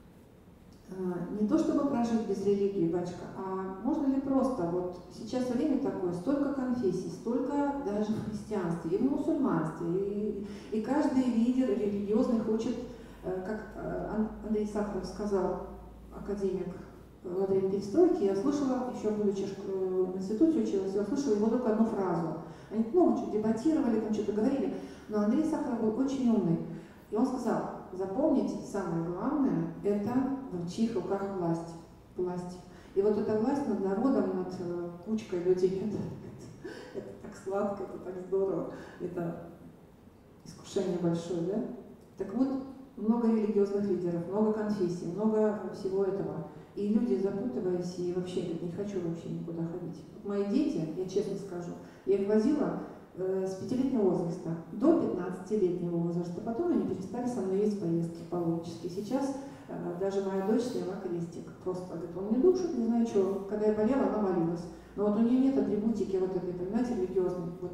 Не то чтобы прожить без религии, батюшка, а можно ли просто, вот сейчас время такое, столько конфессий, столько даже в христианстве, и в мусульманстве, и, и каждый лидер религиозный хочет, как Андрей Сахаров сказал, академик во время перестройки, я слышала, еще будучи в институте училась, я слышала его только одну фразу. Они много чего дебатировали, там что-то говорили, но Андрей Сахаров был очень умный. И он сказал, запомните, самое главное, это в чьих руках власть. власть. И вот эта власть над народом, над э, кучкой людей, это, это, это так сладко, это так здорово, это искушение большое, да? Так вот, много религиозных лидеров, много конфессий, много всего этого. И люди, запутываясь, и вообще говорят, не хочу вообще никуда ходить. Вот мои дети, я честно скажу, я их возила э, с пятилетнего возраста до пятнадцатилетнего возраста. Потом они перестали со мной ездить в поездки паломнические. Сейчас э, даже моя дочь сняла крестик. Просто говорит, он не душит, не знаю что. Когда я болела, она молилась. Но вот у нее нет атрибутики вот этой, понимаете, религиозной. Вот.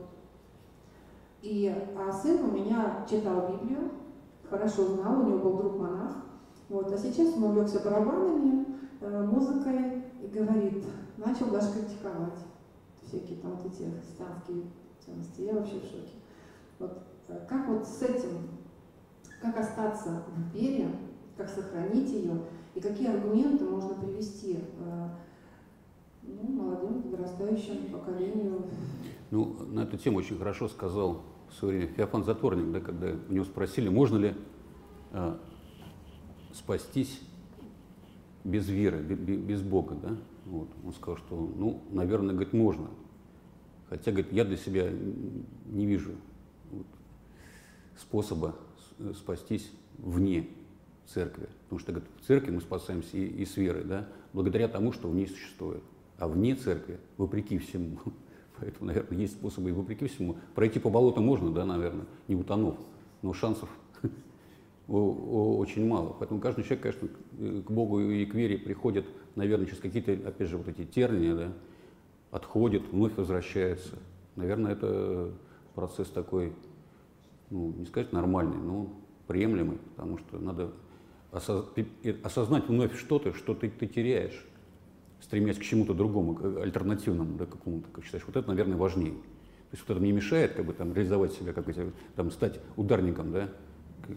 И, а сын у меня читал Библию, хорошо знал, у него был друг-монах. Вот. А сейчас он увлекся барабанами, э, музыкой и говорит, начал даже критиковать всякие там вот эти христианские ценности. Я вообще в шоке. Вот. Как вот с этим, как остаться в вере, как сохранить ее, и какие аргументы можно привести э, ну, молодым подрастающим поколению?
Ну, на эту тему очень хорошо сказал в свое время Феофан Затворник, да, когда у него спросили, можно ли э, спастись без веры, без, без Бога, да? Вот. Он сказал, что, ну, наверное, говорит, можно. Хотя, говорит, я для себя не вижу вот, способа спастись вне церкви. Потому что, говорит, в церкви мы спасаемся и, и с верой, да, благодаря тому, что в ней существует. А вне церкви, вопреки всему, поэтому, наверное, есть способы и вопреки всему. Пройти по болоту можно, да, наверное, не утонув, но шансов очень мало. Поэтому каждый человек, конечно, к Богу и к вере приходит, наверное, через какие-то, опять же, вот эти тернии, да, отходит, вновь возвращается. Наверное, это процесс такой, ну, не сказать нормальный, но приемлемый, потому что надо осознать вновь что-то, что ты, ты теряешь, стремясь к чему-то другому, к альтернативному, да, какому-то, как считаешь. Вот это, наверное, важнее. То есть вот это мне мешает, как бы, там, реализовать себя, как бы, там, стать ударником, да, как,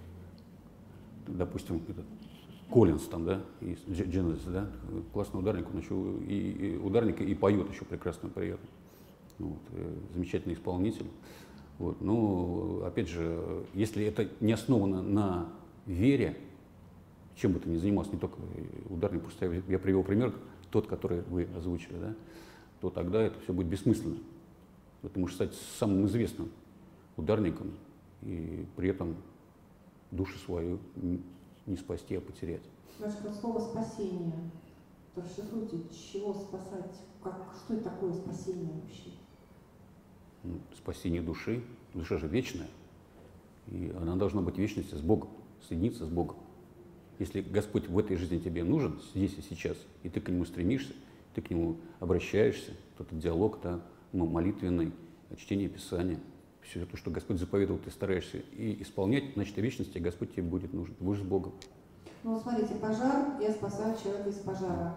допустим, этот, Коллинз, там, да, из Genesis, да, классный ударник, он еще и, и ударник, и поет еще прекрасно, приятно. Вот, замечательный исполнитель. Вот, но, опять же, если это не основано на вере, чем бы ты ни занимался, не только ударник, просто я, я привел пример, тот, который вы озвучили, да, то тогда это все будет бессмысленно. Ты можешь стать самым известным ударником и при этом душу свою не спасти, а потерять.
Ваше слово «спасение». Расшифруйте, чего спасать? Как, что это такое спасение вообще?
Спасение души. Душа же вечная, и она должна быть в вечности с Богом, соединиться с Богом. Если Господь в этой жизни тебе нужен, здесь и сейчас, и ты к Нему стремишься, ты к Нему обращаешься, этот диалог, да, молитвенный, чтение Писания, все то, что Господь заповедовал, ты стараешься и исполнять, значит, в вечности Господь тебе будет нужен, ты будешь с Богом.
Ну, смотрите, пожар, я спасаю человека из пожара.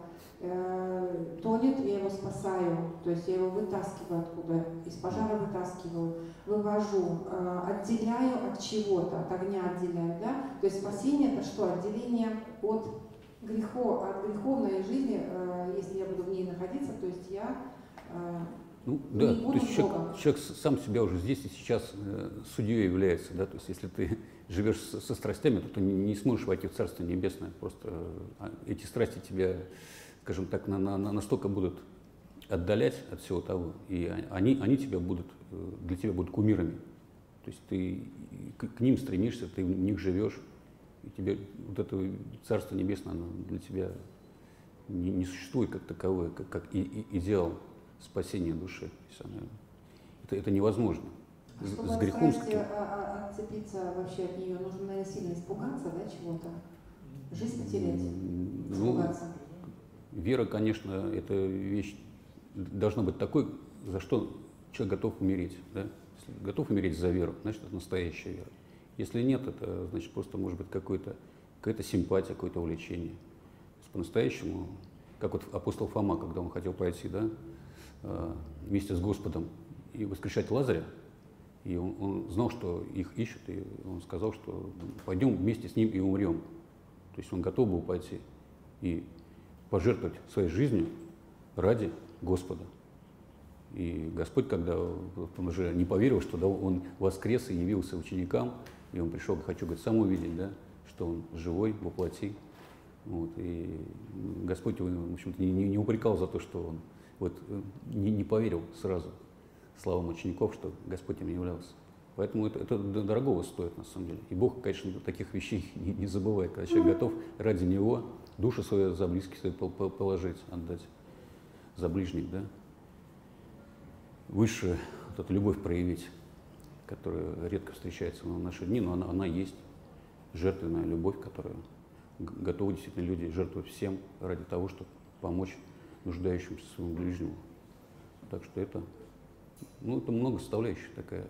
Э, тонет, я его спасаю, то есть я его вытаскиваю оттуда, из пожара вытаскиваю, вывожу, э, отделяю от чего-то, от огня отделяю, да? То есть спасение это что? Отделение от грехов, от греховной жизни, э, если я буду в ней находиться, то есть я э,
ну,
не
да,
буду
то есть человек,
Богом.
человек сам себя уже здесь и сейчас э, судьей является, да, то есть если ты живешь со, со страстями, то ты не, не сможешь войти в Царство Небесное, просто э, эти страсти тебя, скажем так, на, на, настолько будут отдалять от всего того, и они, они тебя будут, для тебя будут кумирами. То есть ты к, к ним стремишься, ты в них живешь, и тебе вот это Царство Небесное, оно для тебя не, не существует как таковое, как, как и, и идеал спасения души. Это, это невозможно.
А чтобы
с
от
грехом
страсти а, отцепиться вообще от нее, нужно, наверное, сильно испугаться, да, чего-то? Жизнь потерять, испугаться.
Ну, вера, конечно, это вещь должна быть такой, за что человек готов умереть. Да? Если готов умереть за веру, значит, это настоящая вера. Если нет, это значит просто может быть какой-то, какая-то симпатия, какое-то увлечение. По-настоящему, как вот апостол Фома, когда он хотел пойти, да, вместе с Господом и воскрешать Лазаря, и он, он знал, что их ищут, и он сказал, что пойдем вместе с ним и умрем. То есть он готов был пойти и пожертвовать своей жизнью ради Господа. И Господь, когда он уже не поверил, что да, он воскрес и явился ученикам, И он пришел, хочу, говорит, сам увидеть, да, что он живой, воплоти. Вот, и Господь его, в общем-то, не, не, не упрекал за то, что он вот, не, не поверил сразу словам учеников, что Господь им являлся. Поэтому это, это дорогого стоит, на самом деле. И Бог, конечно, таких вещей не, не забывает, когда человек готов ради Него душу свою за близких своих положить, отдать, за ближних, да. Высшую вот эту любовь проявить, которая редко встречается в наши дни, но она, она есть. Жертвенная любовь, которая готовы действительно люди жертвовать всем ради того, чтобы помочь нуждающимся своему ближнему. Так что это, ну, это много составляющих такая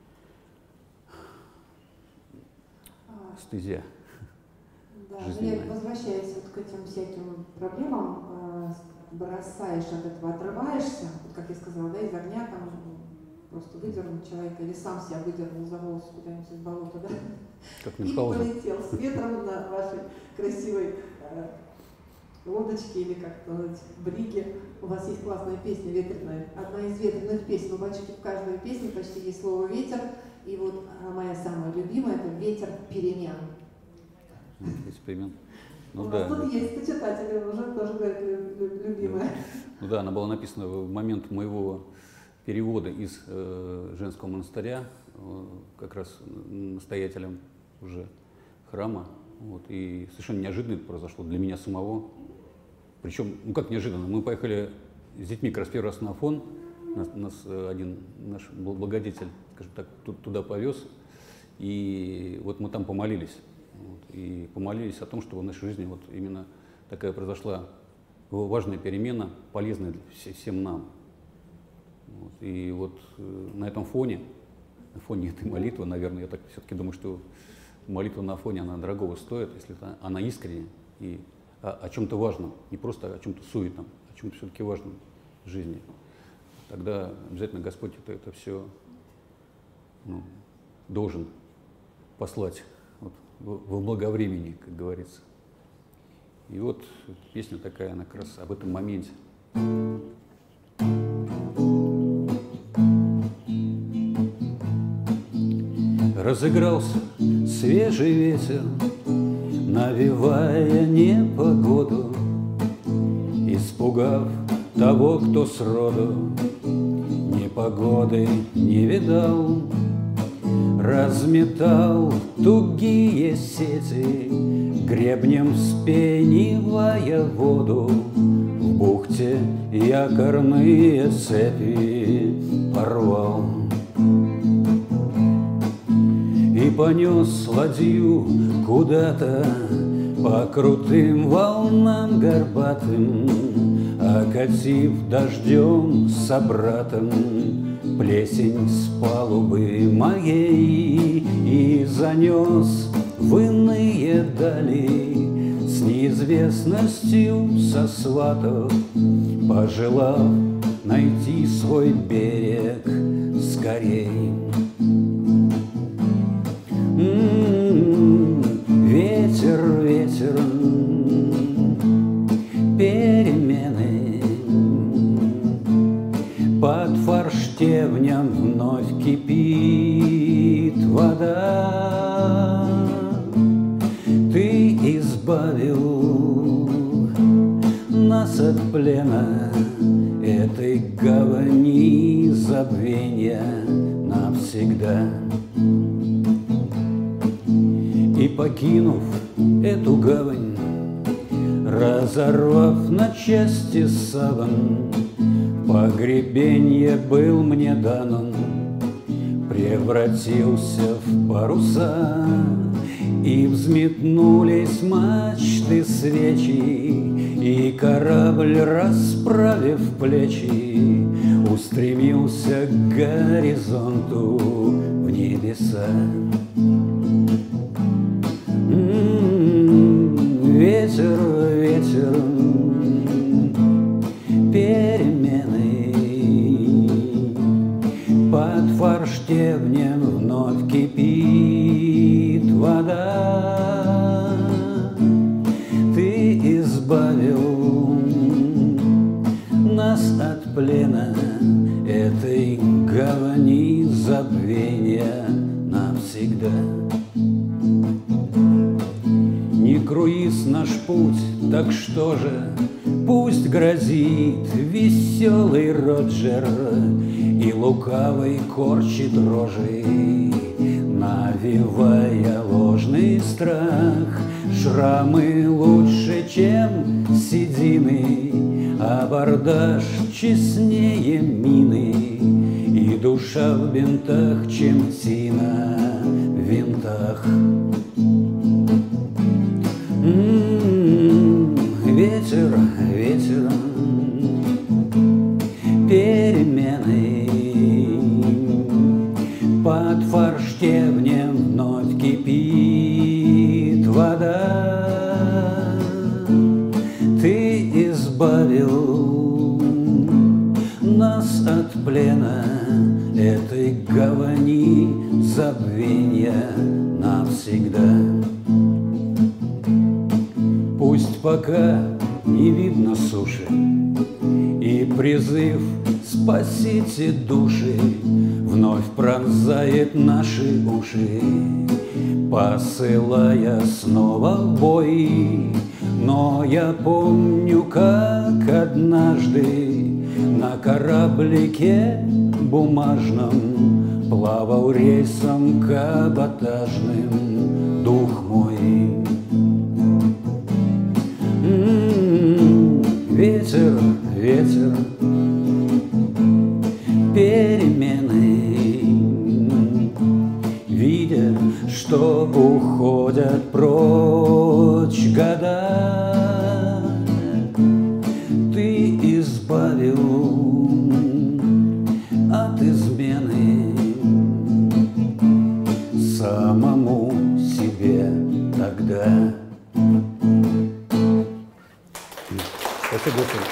стезя.
Да, но я возвращаюсь вот к этим всяким проблемам, бросаешь от этого, отрываешься, вот как я сказала, да, из огня там просто выдернул человека или сам себя выдернул за волосы куда-нибудь из болота, да?
Как
и полетел с ветром на вашей красивой э, лодочке или как-то бриге. У вас есть классная песня ветреная, одна из ветреных песен. У батюшки в каждой песне почти есть слово «ветер». И вот моя самая любимая – это «Ветер перемен».
Ветер перемен. Ну,
У
да,
нас тут
да.
есть почитатели, уже тоже говорят, любимая.
Ну да, она была написана в момент моего перевода из э, женского монастыря, э, как раз настоятелем уже храма. Вот, и совершенно неожиданно это произошло для меня самого. Причем, ну как неожиданно, мы поехали с детьми как раз первый раз на Афон, нас, нас один наш благодетель, скажем так, туда повез, и вот мы там помолились. Вот, и помолились о том, чтобы в нашей жизни вот именно такая произошла важная перемена, полезная для всем нам. Вот, и вот э, на этом фоне, на фоне этой молитвы, наверное, я так все-таки думаю, что молитва на фоне, она дорогого стоит, если это, она искренняя и о, о чем-то важном, не просто о чем-то суетном, о чем-то все-таки важном в жизни. Тогда обязательно Господь это, это все ну, должен послать вот, во благовремени, как говорится. И вот песня такая, она как раз об этом моменте. Разыгрался свежий ветер, навевая непогоду, испугав того, кто сроду непогоды не видал, разметал тугие сети, гребнем вспенивая воду, в бухте якорные цепи порвал. И понес ладью куда-то по крутым волнам горбатым, окатив дождем собратом плесень с палубы моей, и занес в иные дали с неизвестностью сосватав, пожелав найти свой берег скорей. Ветер, ветер, перемены, под форштевнем вновь кипит вода. Ты избавил нас от плена этой гавани забвения навсегда. И покинув эту гавань, разорвав на части саван, погребенье был мне дан он, превратился в паруса, и взметнулись мачты свечи, и корабль, расправив плечи, устремился к горизонту в небеса. Ветер, ветер, перемены, под форштевнем вновь кипит вода. Ты избавил нас от плена этой гавани забвения навсегда. круиз наш путь, так что же, пусть грозит веселый Роджер и лукавый корчит рожи, навевая ложный страх. Шрамы лучше, чем седины, абордаж честнее мины, и душа в бинтах, чем тина в винтах. М-м-м, ветер, ветер, перемены, под форштевнем вновь кипит вода. Ты избавил нас от плена этой гавани забвенья навсегда. Пусть пока не видно суши, и призыв «Спасите души» вновь пронзает наши уши, посылая снова в бой. Но я помню, как однажды на кораблике бумажном плавал рейсом каботажным дух мой. М-м-м, ветер, ветер, перемены, видя, что уходят прочь года, ты избавил от измены самому себе тогда. Спасибо большое.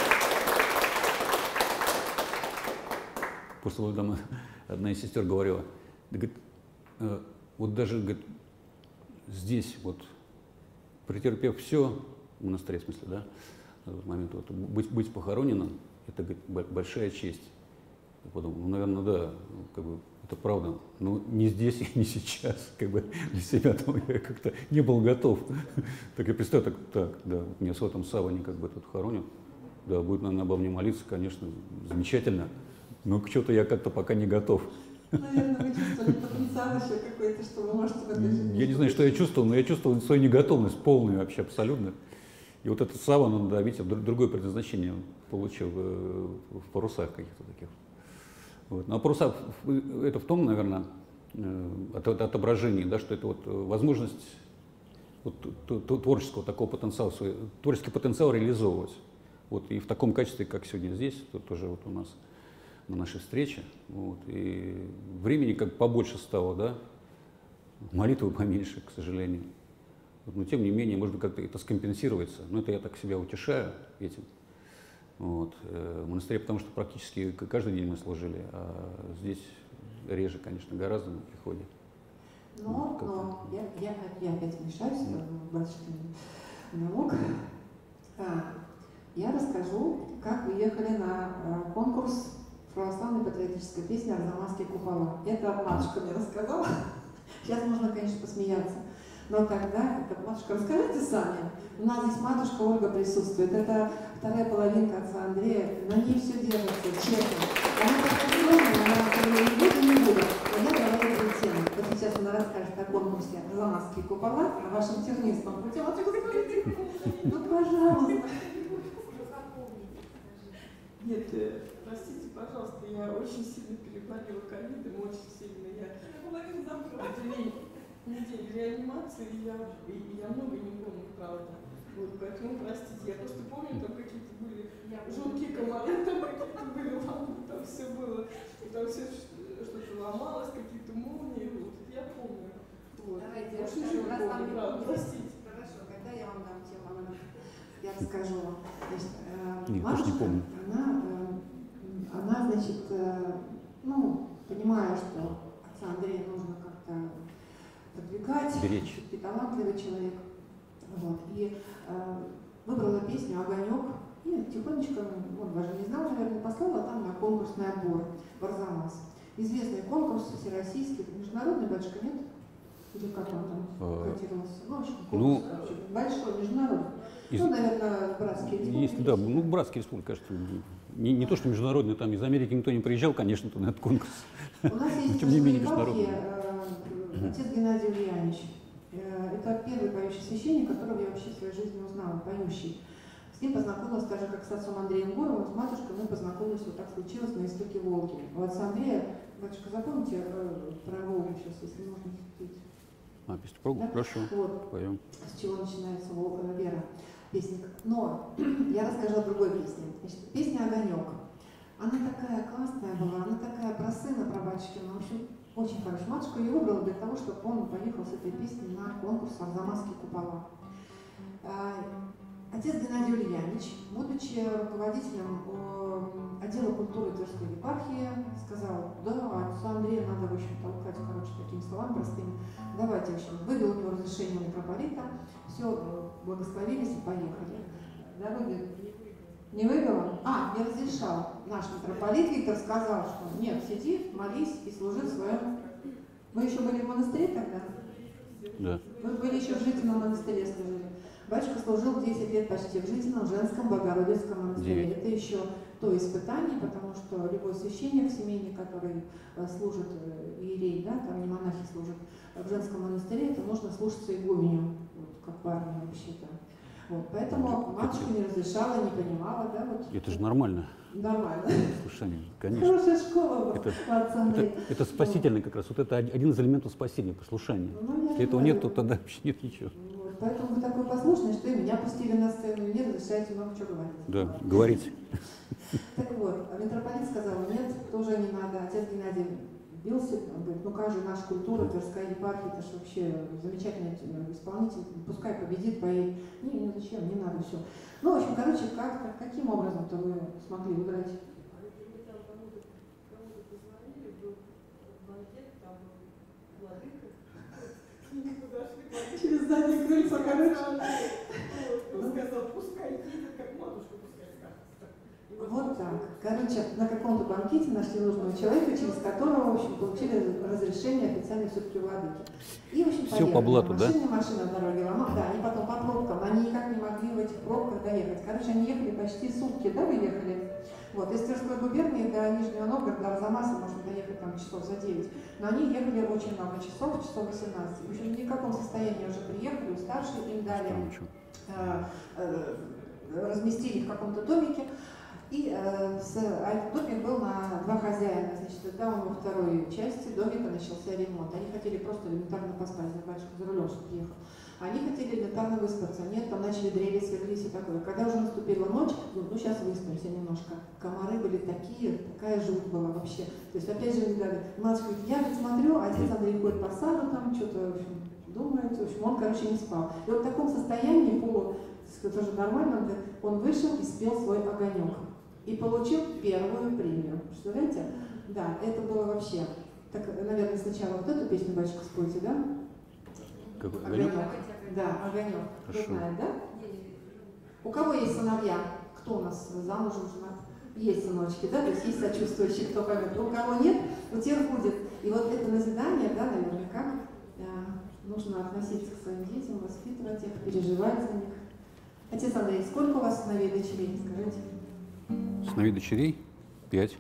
После этого одна из сестер говорила, да, говорит, э, вот даже, говорит, здесь вот, претерпев все, в монастыре, в смысле, да, в этот момент, вот, быть, быть похороненным, это, говорит, большая честь. Я подумал, ну, наверное, да, как бы, это правда, но не здесь и не сейчас, как бы, для себя там я как-то не был готов. Так я представляю, так, так, да, меня с в этом саване как бы тут хоронят, да, будет, наверное, обо мне молиться, конечно, замечательно. Но к чему-то я как-то пока не готов.
Наверное, вы чувствовали потенциал еще какой-то, что вы можете в этой жизни.
Я не знаю, что я чувствовал, но я чувствовал свою неготовность полную вообще, абсолютно. И вот этот саван, он, да, видите, другое предназначение получил в парусах каких-то таких. Вот. Но паруса это в том, наверное, от, от отображения, да, что это вот возможность вот, творческого такого потенциала, свой, творческий потенциал реализовывать. Вот, и в таком качестве, как сегодня здесь, то тоже вот у нас на нашей встрече. Вот, и времени как побольше стало, да, молитвы поменьше, к сожалению. Вот, но тем не менее, может быть, как-то это скомпенсируется. Но это я так себя утешаю этим. Вот, э, в монастыре, потому что практически каждый день мы служили, а здесь реже, конечно, гораздо на приходе.
Но,
вот,
но я, я, я опять вмешаюсь, mm. батюшка налог. А, я расскажу, как вы ехали на а, конкурс православной патриотической песни «Арзамасские купола». Это матушка мне рассказала. Сейчас можно, конечно, посмеяться. Но тогда, это, матушка, расскажите сами. У нас здесь матушка Ольга присутствует. Это вторая половинка отца Андрея. На ней все держится, честно. Она так скромная, она не буду, не буду. Но я говорю эту тему. Вот сейчас она расскажет о конкурсе «Арзамасские купола», о вашем тернистом пути. Матушка, скажите. Ну, пожалуйста.
Нет, простите, пожалуйста, я очень сильно переболела ковидом, очень сильно. Я две недели реанимации, и я, и я много не помню, правда. Вот, поэтому, простите, я просто помню, там какие-то были жуткие комары, там какие-то были лампы, там все было, там все что-то ломалось, какие-то молнии, вот, я помню. Вот.
Давайте,
я
расскажу,
не
раз
помню,
вам не
правда,
помню.
простите.
Хорошо, когда я вам дам тему, я расскажу вам. Значит, э,
Нет,
матушка,
не помню.
Она, э, она, значит, э, ну, понимая, что отца Андрея нужно как-то продвигать,
беречь.
и талантливый человек, вот, и э, выбрала песню «Огонек», и тихонечко, он даже не знал, наверное, послала там на конкурсный отбор в Арзамас. Известный конкурс, всероссийский, международный, батюшка, нет? Или как он там?
Э,
баллотировался. Ну, очень
Ну,
конкурс большой, международный.
Из-
Ну, наверное, братские республики.
Если, да, ну, братские республики, кажется, не, не то, что международный, там из Америки никто не приезжал, конечно, на этот конкурс.
У нас есть
Тем не менее,
в
международный.
епархии э, отец Геннадий Ульянович. Э, Это первый поющий священник, которого я вообще в своей жизни узнала, поющий. С ним познакомилась, так же, как с отцом Андреем Горовым, с матушкой мы познакомились, вот так случилось, на истоке Волги. У отца Андрея, батюшка, запомните э, про Волгу сейчас, если можно петь.
А, песню про Волгу?
Да?
Хорошо,
Вот.
поем.
С чего начинается Волга, Вера, песня. Но я расскажу о другой песне. Значит, песня «Огонек». Она такая классная была, она такая про сына, про батюшкина. В общем, очень хорошая. Матушка ее выбрала для того, чтобы он поехал с этой песней на конкурс «Арзамасские купола». А, Отец Геннадий Ульянович, будучи руководителем э, отдела культуры Тверской епархии, сказал: да, отцу Андрею надо, в общем, толкать, короче, такими словами простыми. Давайте, в общем, вывел у него разрешение митрополита, все, благословились и поехали. Дороги не вывела? А, не разрешал. Наш митрополит Виктор сказал, что нет, сиди, молись и служи в своем. Вы еще были в монастыре тогда?
Да.
Вы были еще в Житином монастыре служили. Батюшка служил десять лет почти в Житином женском Богородицком монастыре.
девять.
Это еще то испытание, потому что любой священник в семейне, который э, служит, э, иерей, да, там не монахи служат, в женском монастыре, это нужно слушаться игуменю, вот, как парня вообще-то. Вот, поэтому матушка не разрешала, не понимала, да, вот.
Это же нормально.
Нормально.
Слушание, конечно.
Хорошая школа была,
Это,
отца Андрея.
это, это спасительно как раз. Вот это один из элементов спасения, послушание.
Ну, я
Если этого
знаю.
нет, то тогда вообще нет ничего.
Вот, поэтому вы такой послушный, что и меня пустили на сцену, и не разрешаете много чего говорить.
Да, говорите.
Так вот, а митрополит сказал: нет, тоже не надо. Отец Геннадий бился, он говорит: ну как же наша культура, Тверская епархия, это же вообще замечательный исполнитель, пускай победит, поедет. Не, ну зачем, не надо, все. Ну, в общем, короче, как, как, каким образом-то вы смогли выиграть? Через задние крыльца, короче.
Он сказал: пускай едет, как матушка, пускай скажет.
Вот так. Короче, на каком-то банкете нашли нужного человека, через которого, в общем, получили разрешение официально все-таки владыки. И, в общем,
Всё
поехали.
по блату, да?
Машины, машина на дороге ломала. Да, они потом по пробкам, они никак не могли в этих пробках доехать. Короче, они ехали почти сутки, да, вы ехали? Вот, из Тверской губернии до Нижнего Новгорода, до Арзамаса можно доехать там часов за девять. Но они ехали очень много часов, часов восемнадцать. В общем, в никаком состоянии уже приехали, уставшие, им дали,
Там ничего.
э, э, разместили в каком-то домике. И э, с, а этот домик был на два хозяина. Значит, там во второй части домика начался ремонт. Они хотели просто элементарно поспать, батюшка за рулем, что приехал. Они хотели элементарно выспаться. Нет, там начали дрели, сверлись и такое. Когда уже наступила ночь, ну, ну сейчас выспимся немножко. Комары были такие, такая жуть была вообще. То есть опять же не дали. Мать говорит: я вот смотрю, отец Андрей ходит по саду, там что-то, в общем, думает, в общем, он, короче, не спал. И вот в таком состоянии, полу, тоже нормально, он вышел и спел свой огонек. И получил первую премию. Представляете? Да, это было вообще. Так, наверное, сначала вот эту песню, батюшка, спойте, да?
Какой
Огонек.
огонек?
Да, огонек. Кто
Хорошо.
знает, да? У кого есть сыновья? Кто у нас замужем, женат? Есть сыночки, да? То есть есть сочувствующие, кто поймет. У кого нет, у тех будет. И вот это назидание, да, наверное, как э, нужно относиться к своим детям, воспитывать их, переживать за них. Отец Андрей, сколько у вас сыновей и дочерей, скажите?
Сыновей дочерей? Пять.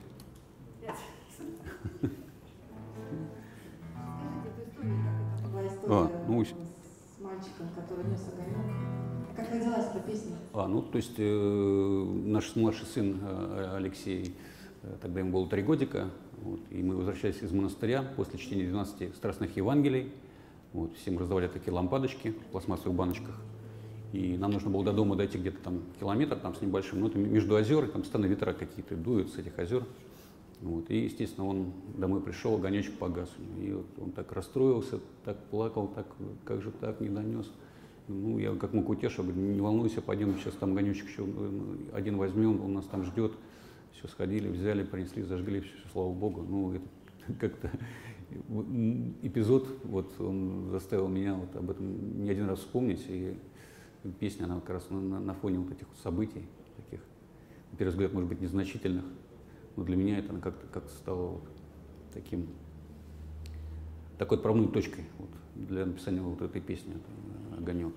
Была история
А, ну,
с мальчиком, который нес огонек. Как родилась эта песня?
А, ну, то есть э, наш младший сын э, Алексей, э, тогда ему было три годика, вот, и мы возвращались из монастыря после чтения двенадцати страстных Евангелий. Вот, всем раздавали такие лампадочки в пластмассовых баночках. И нам нужно было до дома дойти где-то там километр там с небольшим, но это между озер, там постоянно ветра какие-то дуют с этих озер. Вот. И, естественно, он домой пришел, огонечек погас. И вот он так расстроился, так плакал, так, как же так, не донес. Ну, я как мог утешил, говорю: не волнуйся, пойдем, сейчас там огонечек еще один возьмем, он нас там ждет. Все, сходили, взяли, принесли, зажгли, все, слава Богу. Ну, это как-то эпизод, вот он заставил меня вот об этом не один раз вспомнить. И песня, она как раз на, на, на фоне вот этих вот событий, таких, на первый взгляд, может быть, незначительных, но для меня это как-то как стало вот таким, такой отправной точкой вот, для написания вот этой песни «Огонек».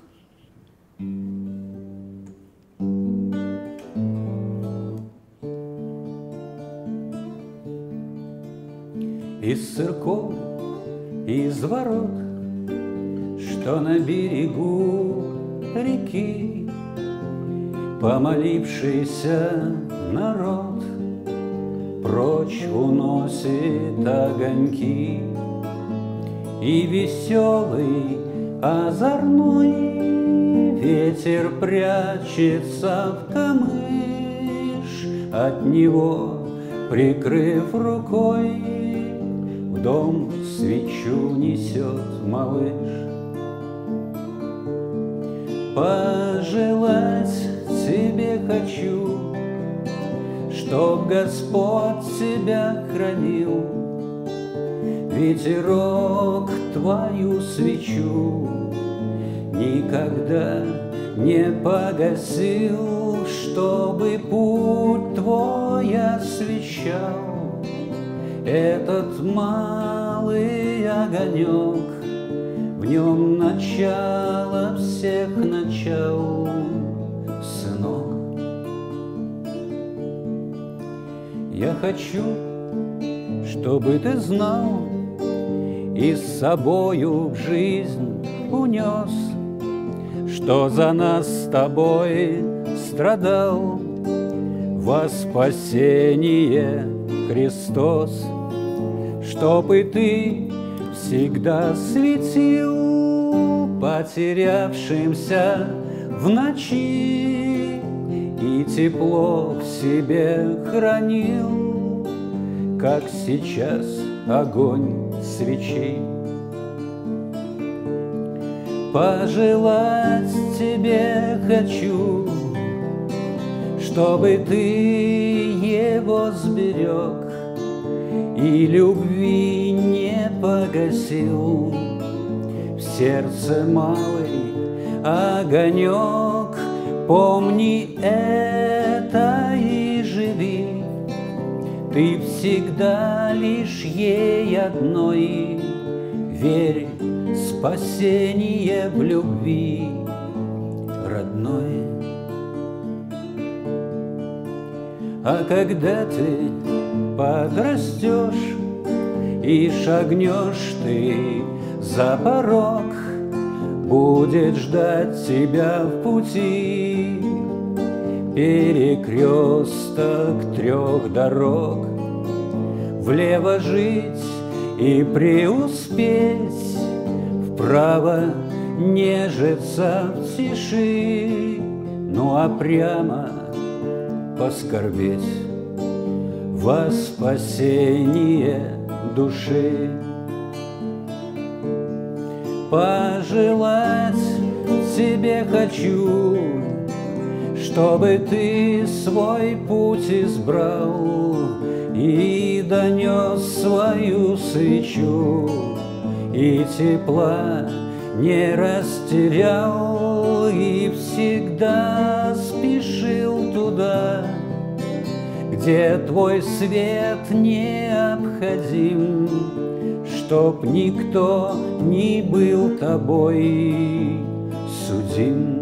Из церковь, из ворот, что на берегу реки, помолившийся народ прочь уносит огоньки, и веселый, озорной ветер прячется в камыш, от него, прикрыв рукой, в дом свечу несет малыш. Пожелать тебе хочу, чтоб Господь тебя хранил, ветерок твою свечу никогда не погасил, чтобы путь твой освещал этот малый огонек, в нем начало всех начал, сынок. Я хочу, чтобы ты знал и с собою в жизнь унес, что за нас с тобой страдал во спасение Христос, чтоб и ты всегда светил потерявшимся в ночи и тепло в себе хранил, как сейчас огонь свечи. Пожелать тебе хочу, чтобы ты его сберег и любви не погасил. В сердце малый огонек, помни это и живи. Ты всегда лишь ей одной, верь, спасение в любви родной. А когда ты подрастешь и шагнешь ты за порог, будет ждать тебя в пути перекресток трех дорог. Влево жить и преуспеть, вправо нежиться в тиши, ну а прямо поскорбеть во спасение души. Пожелать тебе хочу, чтобы ты свой путь избрал и донес свою свечу, и тепла не растерял, и всегда спешил туда, где твой свет необходим, чтоб никто не был тобой судим.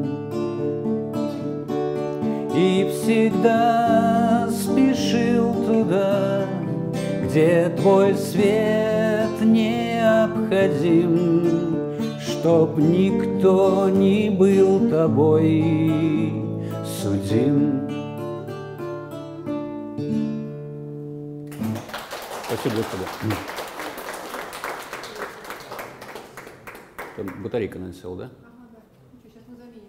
И всегда спешил туда, где твой свет необходим, чтоб никто не был тобой судим. Спасибо, господа. Там батарейка насела, да?
Ага, да. Ну, сейчас мы заменим.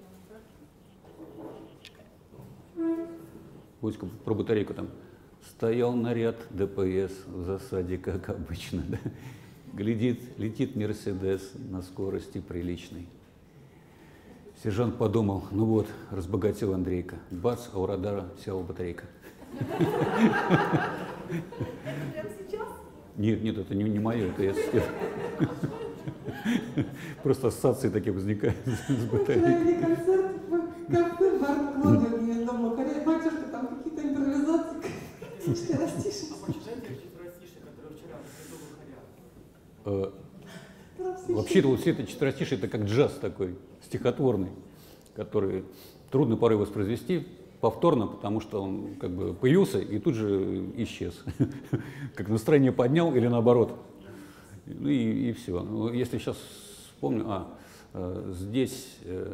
Буська, про батарейку там. Стоял наряд ДПС в засаде, как обычно, да? Глядит, летит Мерседес на скорости приличной. Сержант подумал, ну вот, разбогател Андрейка. Бац, а у радара села батарейка. Нет, нет, это не, не мое, это я спел. Просто ассоциации такие возникают с батарейкой.
Концерт в кафе в арт-клубе, я думала, батюшка, там какие-то импровизации, растишь, растишь.
Вообще считывал все это четверостишие, это как джаз такой, стихотворный, который трудно порой воспроизвести повторно, потому что он как бы появился и тут же исчез. Как настроение поднял или наоборот. Ну и, и все. Если сейчас вспомню, а, э, здесь э,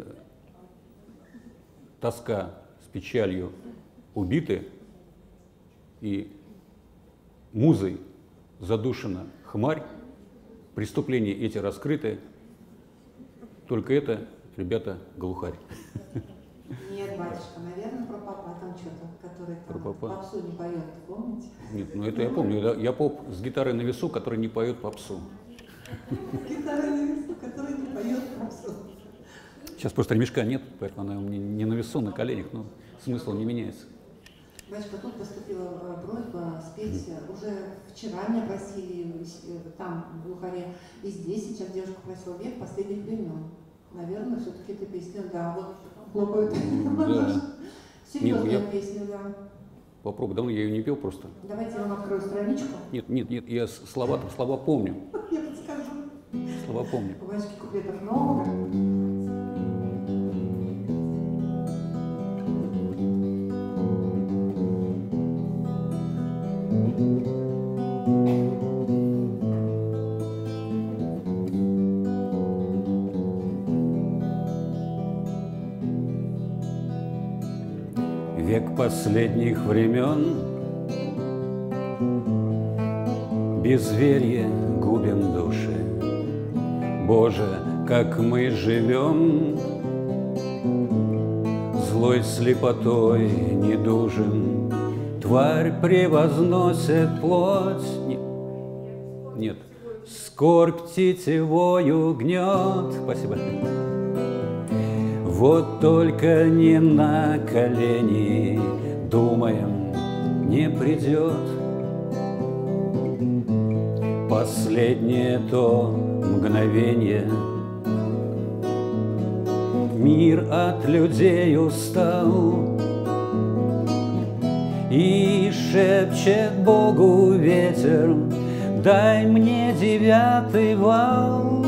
тоска с печалью убиты, и музой задушена хмарь, преступления эти раскрыты, только это, ребята, глухарь.
Нет, батюшка, наверное, про папа там что-то, который там
Про папа.
попсу не поет, помните?
Нет, ну это я помню, я, я поп с гитарой на весу, который не поет попсу.
Гитара на весу, который не поет попсу.
Сейчас просто ремешка нет, поэтому она у меня не на весу, на коленях, но смысл не меняется.
Батюшка, тут поступила просьба спеть. Уже вчера меня просили там, в Глухаре, и здесь сейчас девушка просила «Век последних времен». Наверное, все-таки эта песня, да, вот хлопают.
Да.
Серьезная
Нет,
песня, да.
Попробуй, давно я ее не пел просто.
Давайте я вам открою страничку.
Нет, нет, нет, я слова, слова помню.
Я подскажу.
Слова помню.
У батюшки куплетов много.
Век последних времен, безверие губим души. Боже, как мы живем, злой слепотой недужим, тварь превозносит плоть. Нет, нет. Скорбь тетивою гнет. Спасибо. Вот только не на колени, думаем, не придет последнее то мгновение. Мир от людей устал и шепчет Богу ветер: дай мне девятый вал.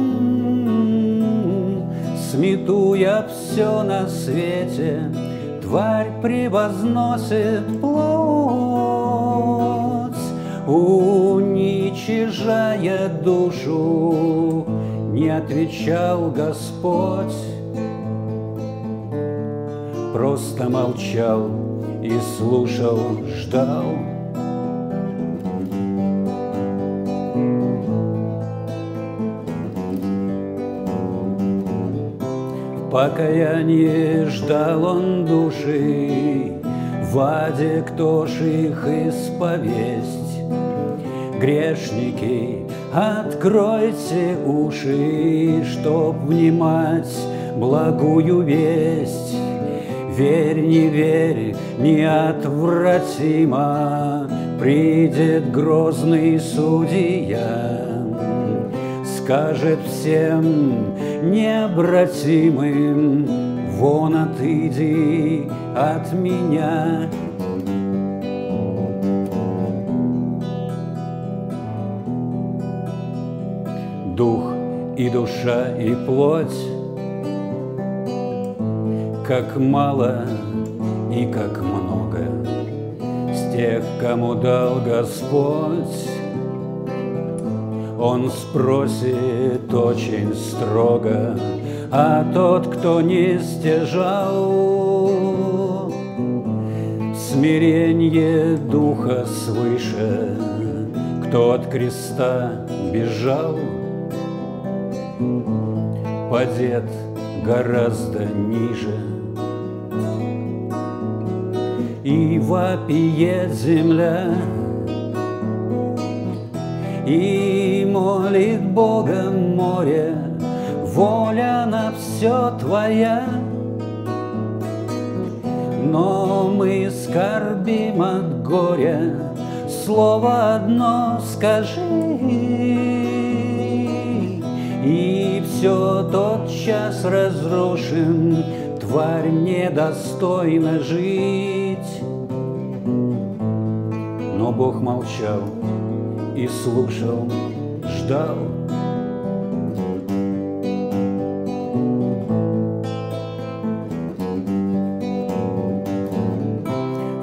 Сметуя все на свете, тварь превозносит плоть, уничижая душу, не отвечал Господь, просто молчал и слушал, ждал. Покаяние ждал он души, в аде кто ж их исповесть? Грешники, откройте уши, чтоб внимать благую весть. Верь, не верь, неотвратимо придет грозный судья, скажет всем необратимым: вон отыди от меня. Дух и душа и плоть, как мало и как много, с тех, кому дал Господь, Он спросит очень строго, а тот, кто не стяжал смиренье духа свыше, кто от креста бежал, падет гораздо ниже. И вопиет земля, и молит Бога море: воля на все твоя. Но мы скорбим от горя, слово одно скажи, и все тотчас разрушим, тварь недостойна жить. Но Бог молчал и слушал, ждал.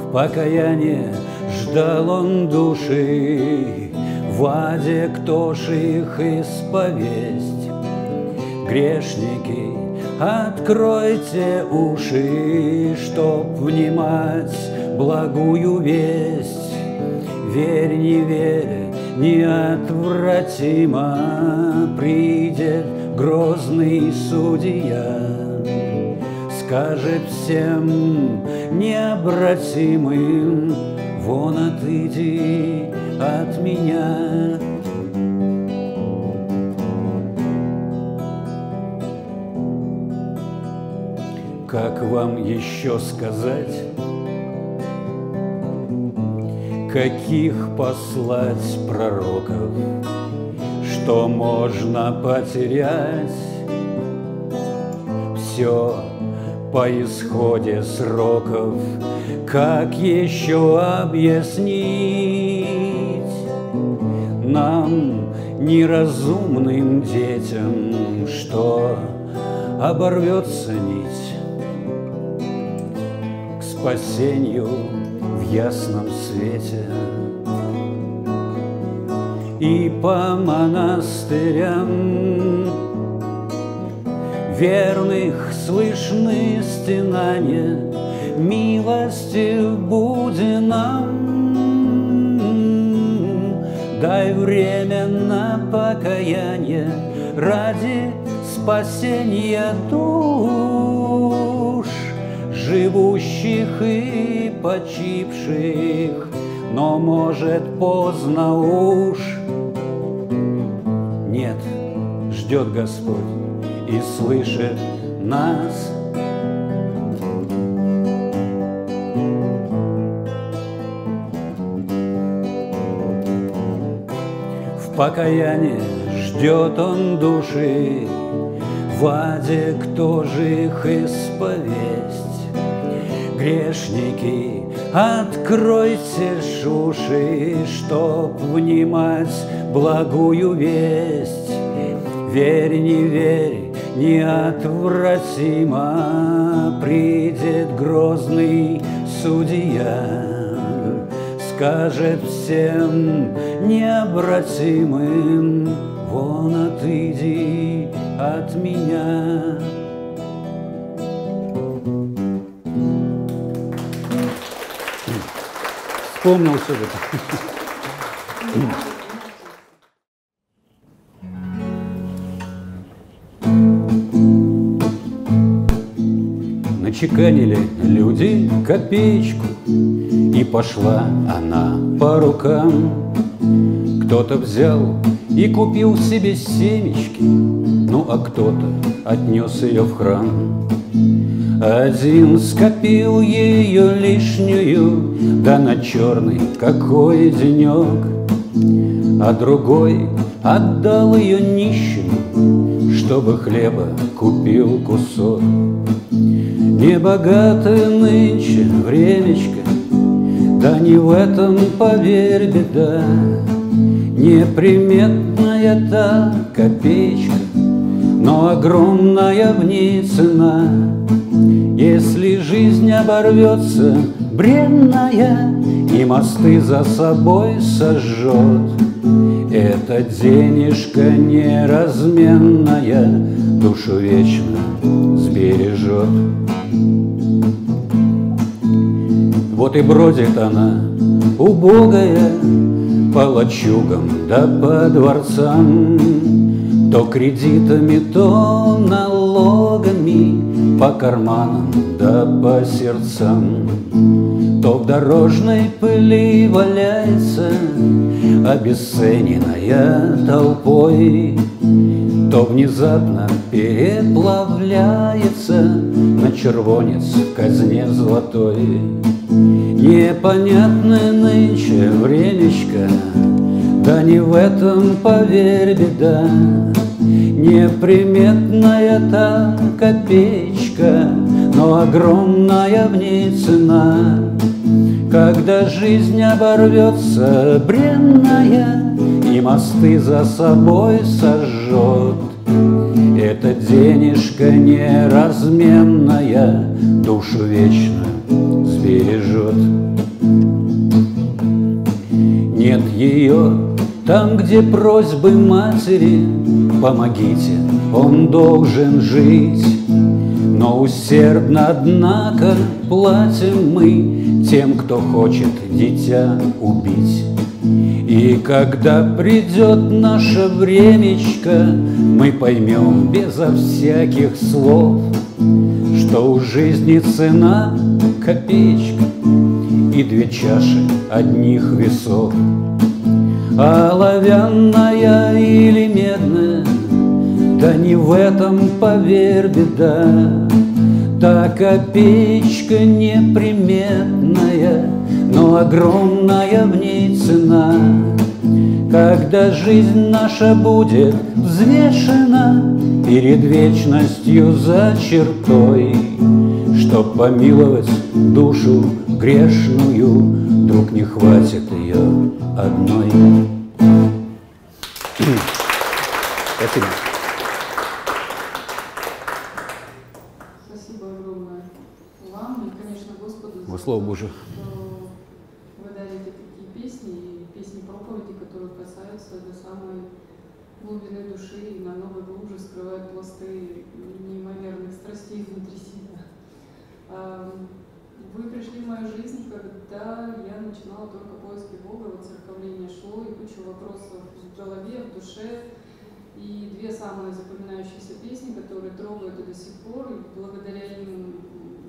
В покаянии ждал он души, в аде кто ж их исповесть? Грешники, откройте уши, чтоб внимать благую весть. Верь, не верь, неотвратимо придет грозный судья, скажет всем необратимым: вон отойди от меня. Как вам еще сказать, каких послать пророков, что можно потерять все по исходе сроков? Как еще объяснить нам, неразумным детям, что оборвется нить к спасению в ясном свете? И по монастырям верных слышны стенания: милостив буди нам, дай время на покаяние ради спасения душ, живущих и почивших, но, может, поздно уж. Нет, ждет Господь и слышит нас. В покаянии ждет Он души, в аде кто же их исповесть? Грешники, откройте уши, чтоб внимать благую весть. Верь, не верь, неотвратимо придет грозный судья, скажет всем необратимым: вон отойди от меня. Вспомнил все-таки. Начеканили люди копеечку, и пошла она по рукам. Кто-то взял и купил себе семечки, ну а кто-то отнес ее в храм. Один скопил ее лишнюю, да на черный какой денек, а другой отдал ее нищему, чтобы хлеба купил кусок. Небогатое нынче времечко, да не в этом, поверь, беда. Неприметная та копеечка, но огромная в ней цена. Если жизнь оборвется бренная и мосты за собой сожжет, эта денежка неразменная душу вечно сбережет. Вот и бродит она, убогая, по лачугам да по дворцам, то кредитами, то налогами, по карманам да по сердцам. То в дорожной пыли валяется, обесцененная толпой, то внезапно переплавляется на червонец в казне золотой. Непонятное нынче времечко, да не в этом, поверь, беда. Неприметная та копеечка, но огромная в ней цена. Когда жизнь оборвется бренная и мосты за собой сожжет, эта денежка неразменная душу вечно сбережет. ее там, где просьбы матери, помогите, он должен жить. Но усердно, однако, платим мы тем, кто хочет дитя убить. И когда придет наше времечко, мы поймем безо всяких слов, что у жизни цена копеечка и две чаши одних весов. А оловянная или медная, да не в этом, поверь, беда. Та копеечка неприметная, но огромная в ней цена. Когда жизнь наша будет взвешена перед вечностью за чертой, чтоб помиловать душу грешную, вдруг не хватит ее одной. Спасибо.
Спасибо огромное вам и, конечно, Господу за
Во слава
то,
Божию.
что вы дарите такие песни и песни проповеди, которые касаются до самой глубины души и намного глубже скрывают пласты неимоверных страстей внутри себя. Вы пришли в мою жизнь, когда я начинала только поиски Бога, воцерковление шло, и куча вопросов в голове, в душе. И две самые запоминающиеся песни, которые трогают и до сих пор, и благодаря им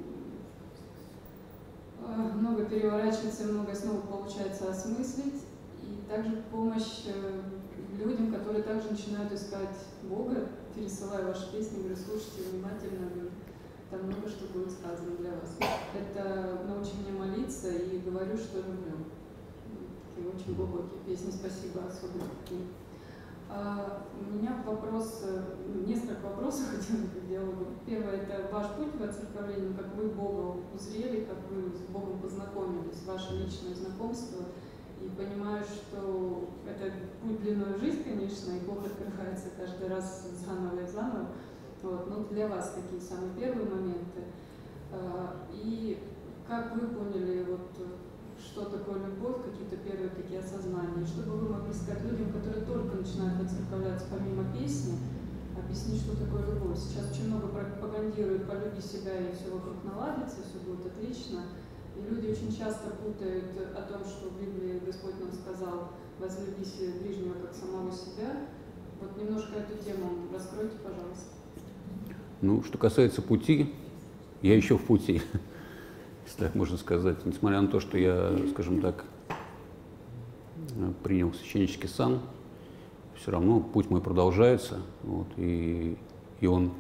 много переворачивается, много снова получается осмыслить. И также помощь людям, которые также начинают искать Бога, пересылаю ваши песни, говорю, слушайте внимательно, там много что будет сказано для вас. Это научи меня молиться и говорю, что люблю. Такие очень глубокие песни, спасибо особенно. А у меня вопрос, несколько вопросов хотела бы диалогу. Первое, это ваш путь в воцерковлении, как вы Бога узрели, как вы с Богом познакомились, ваше личное знакомство. И понимаю, что это путь длиной в жизнь, конечно, и Бог открывается каждый раз заново и заново. Вот. Но для вас какие самые первые моменты? И как вы поняли, вот, что такое любовь, какие-то первые такие осознания? Что бы вы могли сказать людям, которые только начинают воцерковляться помимо песни, объяснить, что такое любовь? Сейчас очень много пропагандируют «полюби себя» и все вокруг наладится, все будет отлично. И люди очень часто путают о том, что в Библии Господь нам сказал «возлюби ближнего как самого себя». Вот немножко эту тему раскройте, пожалуйста.
Ну, что касается пути, я еще в пути, если так можно сказать. Несмотря на то, что я, скажем так, принял священнический сан, все равно путь мой продолжается, вот, и, и он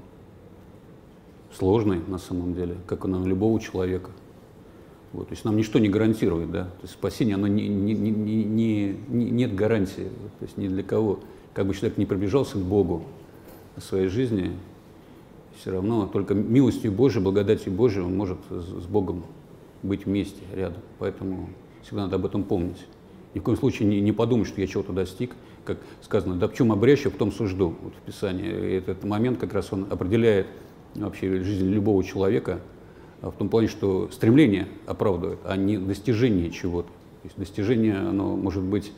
сложный на самом деле, как и на любого человека. Вот, то есть нам ничто не гарантирует, да, то есть спасение, оно не, не, не, не, не, нет гарантии, то есть ни для кого. Как бы человек не приближался к Богу в своей жизни, все равно только милостью Божией, благодатью Божией он может с Богом быть вместе, рядом. Поэтому всегда надо об этом помнить. Ни в коем случае не, не подумать, что я чего-то достиг. Как сказано, да в чем обрящу, в том сужду, вот в Писании. И этот момент как раз он определяет вообще жизнь любого человека, в том плане, что стремление оправдывает, а не достижение чего-то. То есть достижение, оно может быть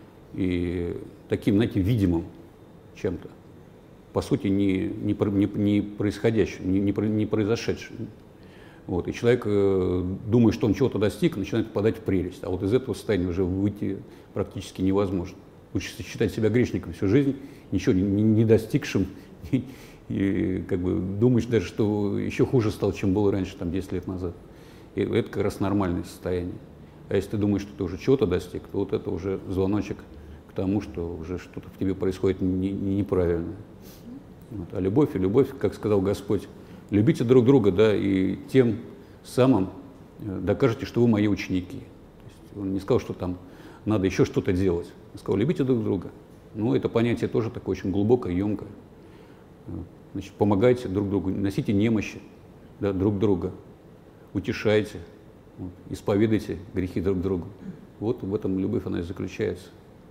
и таким, знаете, видимым чем-то. По сути, не, не, не, не происходящим, не, не, не произошедшим. Вот. И человек, э, думая, что он чего-то достиг, начинает попадать в прелесть. А вот из этого состояния уже выйти практически невозможно. Лучше считать себя грешником всю жизнь, ничего не, не достигшим, и, и как бы думаешь даже, что еще хуже стал, чем было раньше, там, десять лет назад. И это как раз нормальное состояние. А если ты думаешь, что ты уже чего-то достиг, то вот это уже звоночек к тому, что уже что-то в тебе происходит не, не, неправильное. Вот. А любовь и любовь, как сказал Господь, любите друг друга, да, и тем самым докажете, что вы мои ученики. То есть он не сказал, что там надо еще что-то делать. Он сказал, любите друг друга. Ну, это понятие тоже такое очень глубокое, емкое. Значит, помогайте друг другу, носите немощи, да, друг друга, утешайте, вот, исповедуйте грехи друг другу. Вот в этом любовь она и заключается.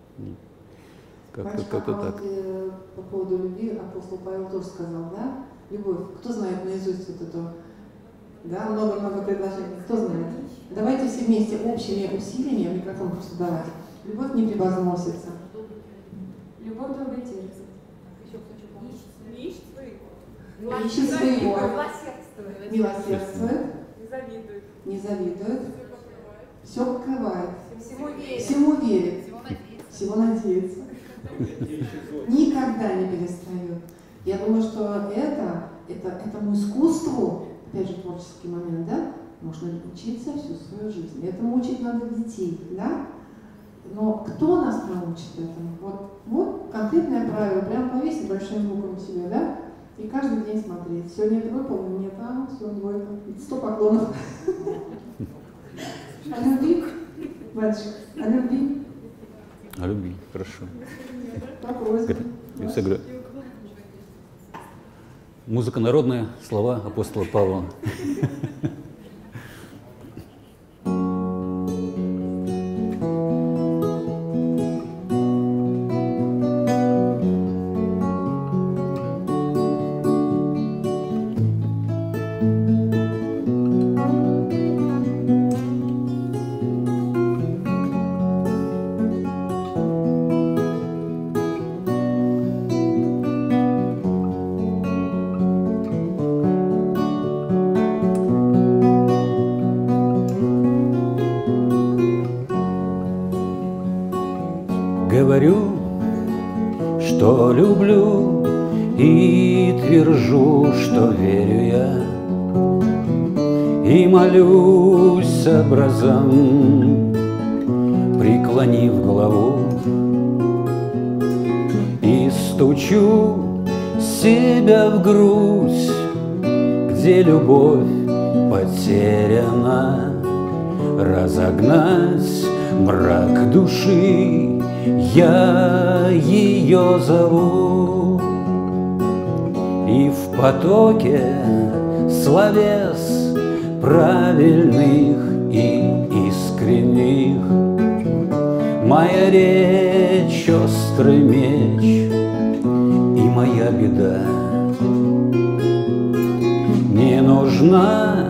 Как-то, как-то
а
так.
Вот, э, по поводу любви апостол Павел тоже сказал, да? Любовь. Кто знает наизусть вот эту? Да, много-много предложений. Кто знает? Давайте все вместе общими усилиями, микрофон просто давать, Любовь не превозносится.
Любовь долго терпит.
Ищет своего.
Ищет своего.
Милосердствует.
Милосердствует.
Не завидует.
Не завидует. Все покрывает.
Всему верит.
Всему верит.
Всего надеется.
Всего надеется. Никогда не перестает. Я думаю, что это, это этому искусству, опять же творческий момент, да, можно учиться всю свою жизнь. Этому учить надо детей, да? Но кто нас научит этому? Вот, вот конкретное правило, прям повесить большими буквами себе, да? И каждый день смотреть. Сегодня это выполнено, нет, а, все, двойка. Сто поклонов. О любви? Батюшка, о любви?
О любви, хорошо.
По просьбе.
Я все говорю. Музыка народная, слова апостола Павла. Говорю, что люблю, и твержу, что верю я, и молюсь образом, преклонив голову, и стучу себя в грудь, где любовь потеряна, разогнать мрак души. Я ее зову, и в потоке словес правильных и искренних моя речь, острый меч и моя беда. Не нужна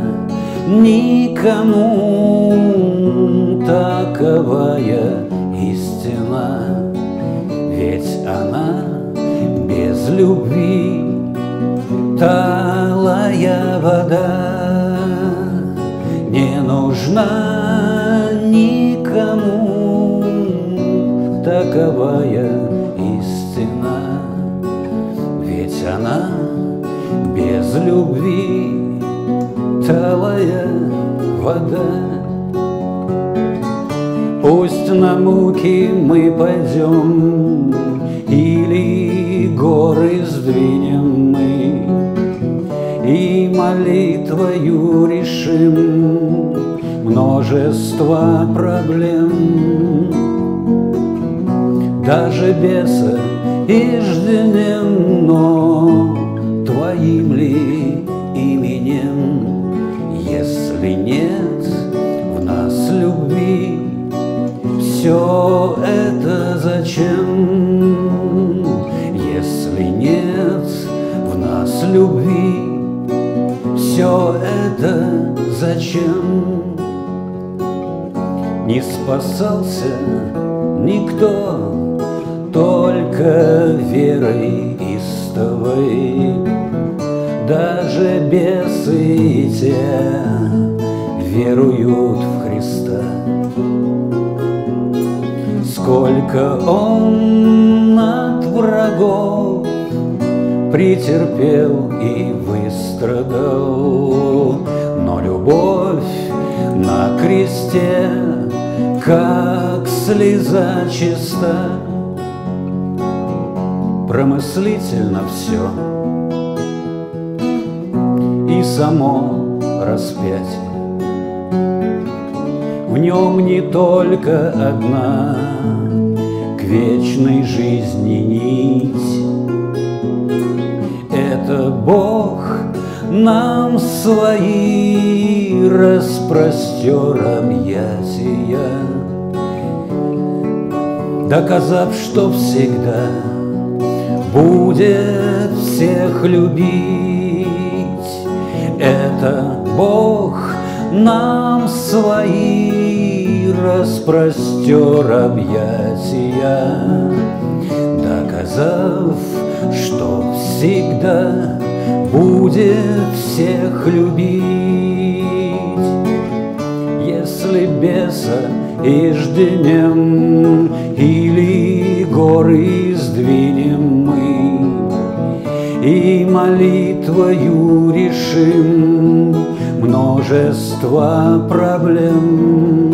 никому таковая истина, ведь она без любви талая вода. Не нужна никому таковая истина, ведь она без любви талая вода. Пусть на муки мы пойдем, или горы сдвинем мы, и молитвою решим множество проблем. Даже беса ижденем, но твоим ли именем, если нет в нас любви, все это зачем? Если нет в нас любви, все это зачем? Не спасался никто, только верой истовой. Даже бесы и те веруют в Христа. Сколько он от врагов претерпел и выстрадал, но любовь на кресте, как слеза чиста. Промыслительно все и само распятие. В нем не только одна к вечной жизни нить. Это Бог нам свои распростер объятия, доказав, что всегда будет всех любить. Это Бог нам свои распростер объятия, доказав, что всегда будет всех любить. Если беса ижденем или горы сдвинем мы, и молитвою решим множество проблем,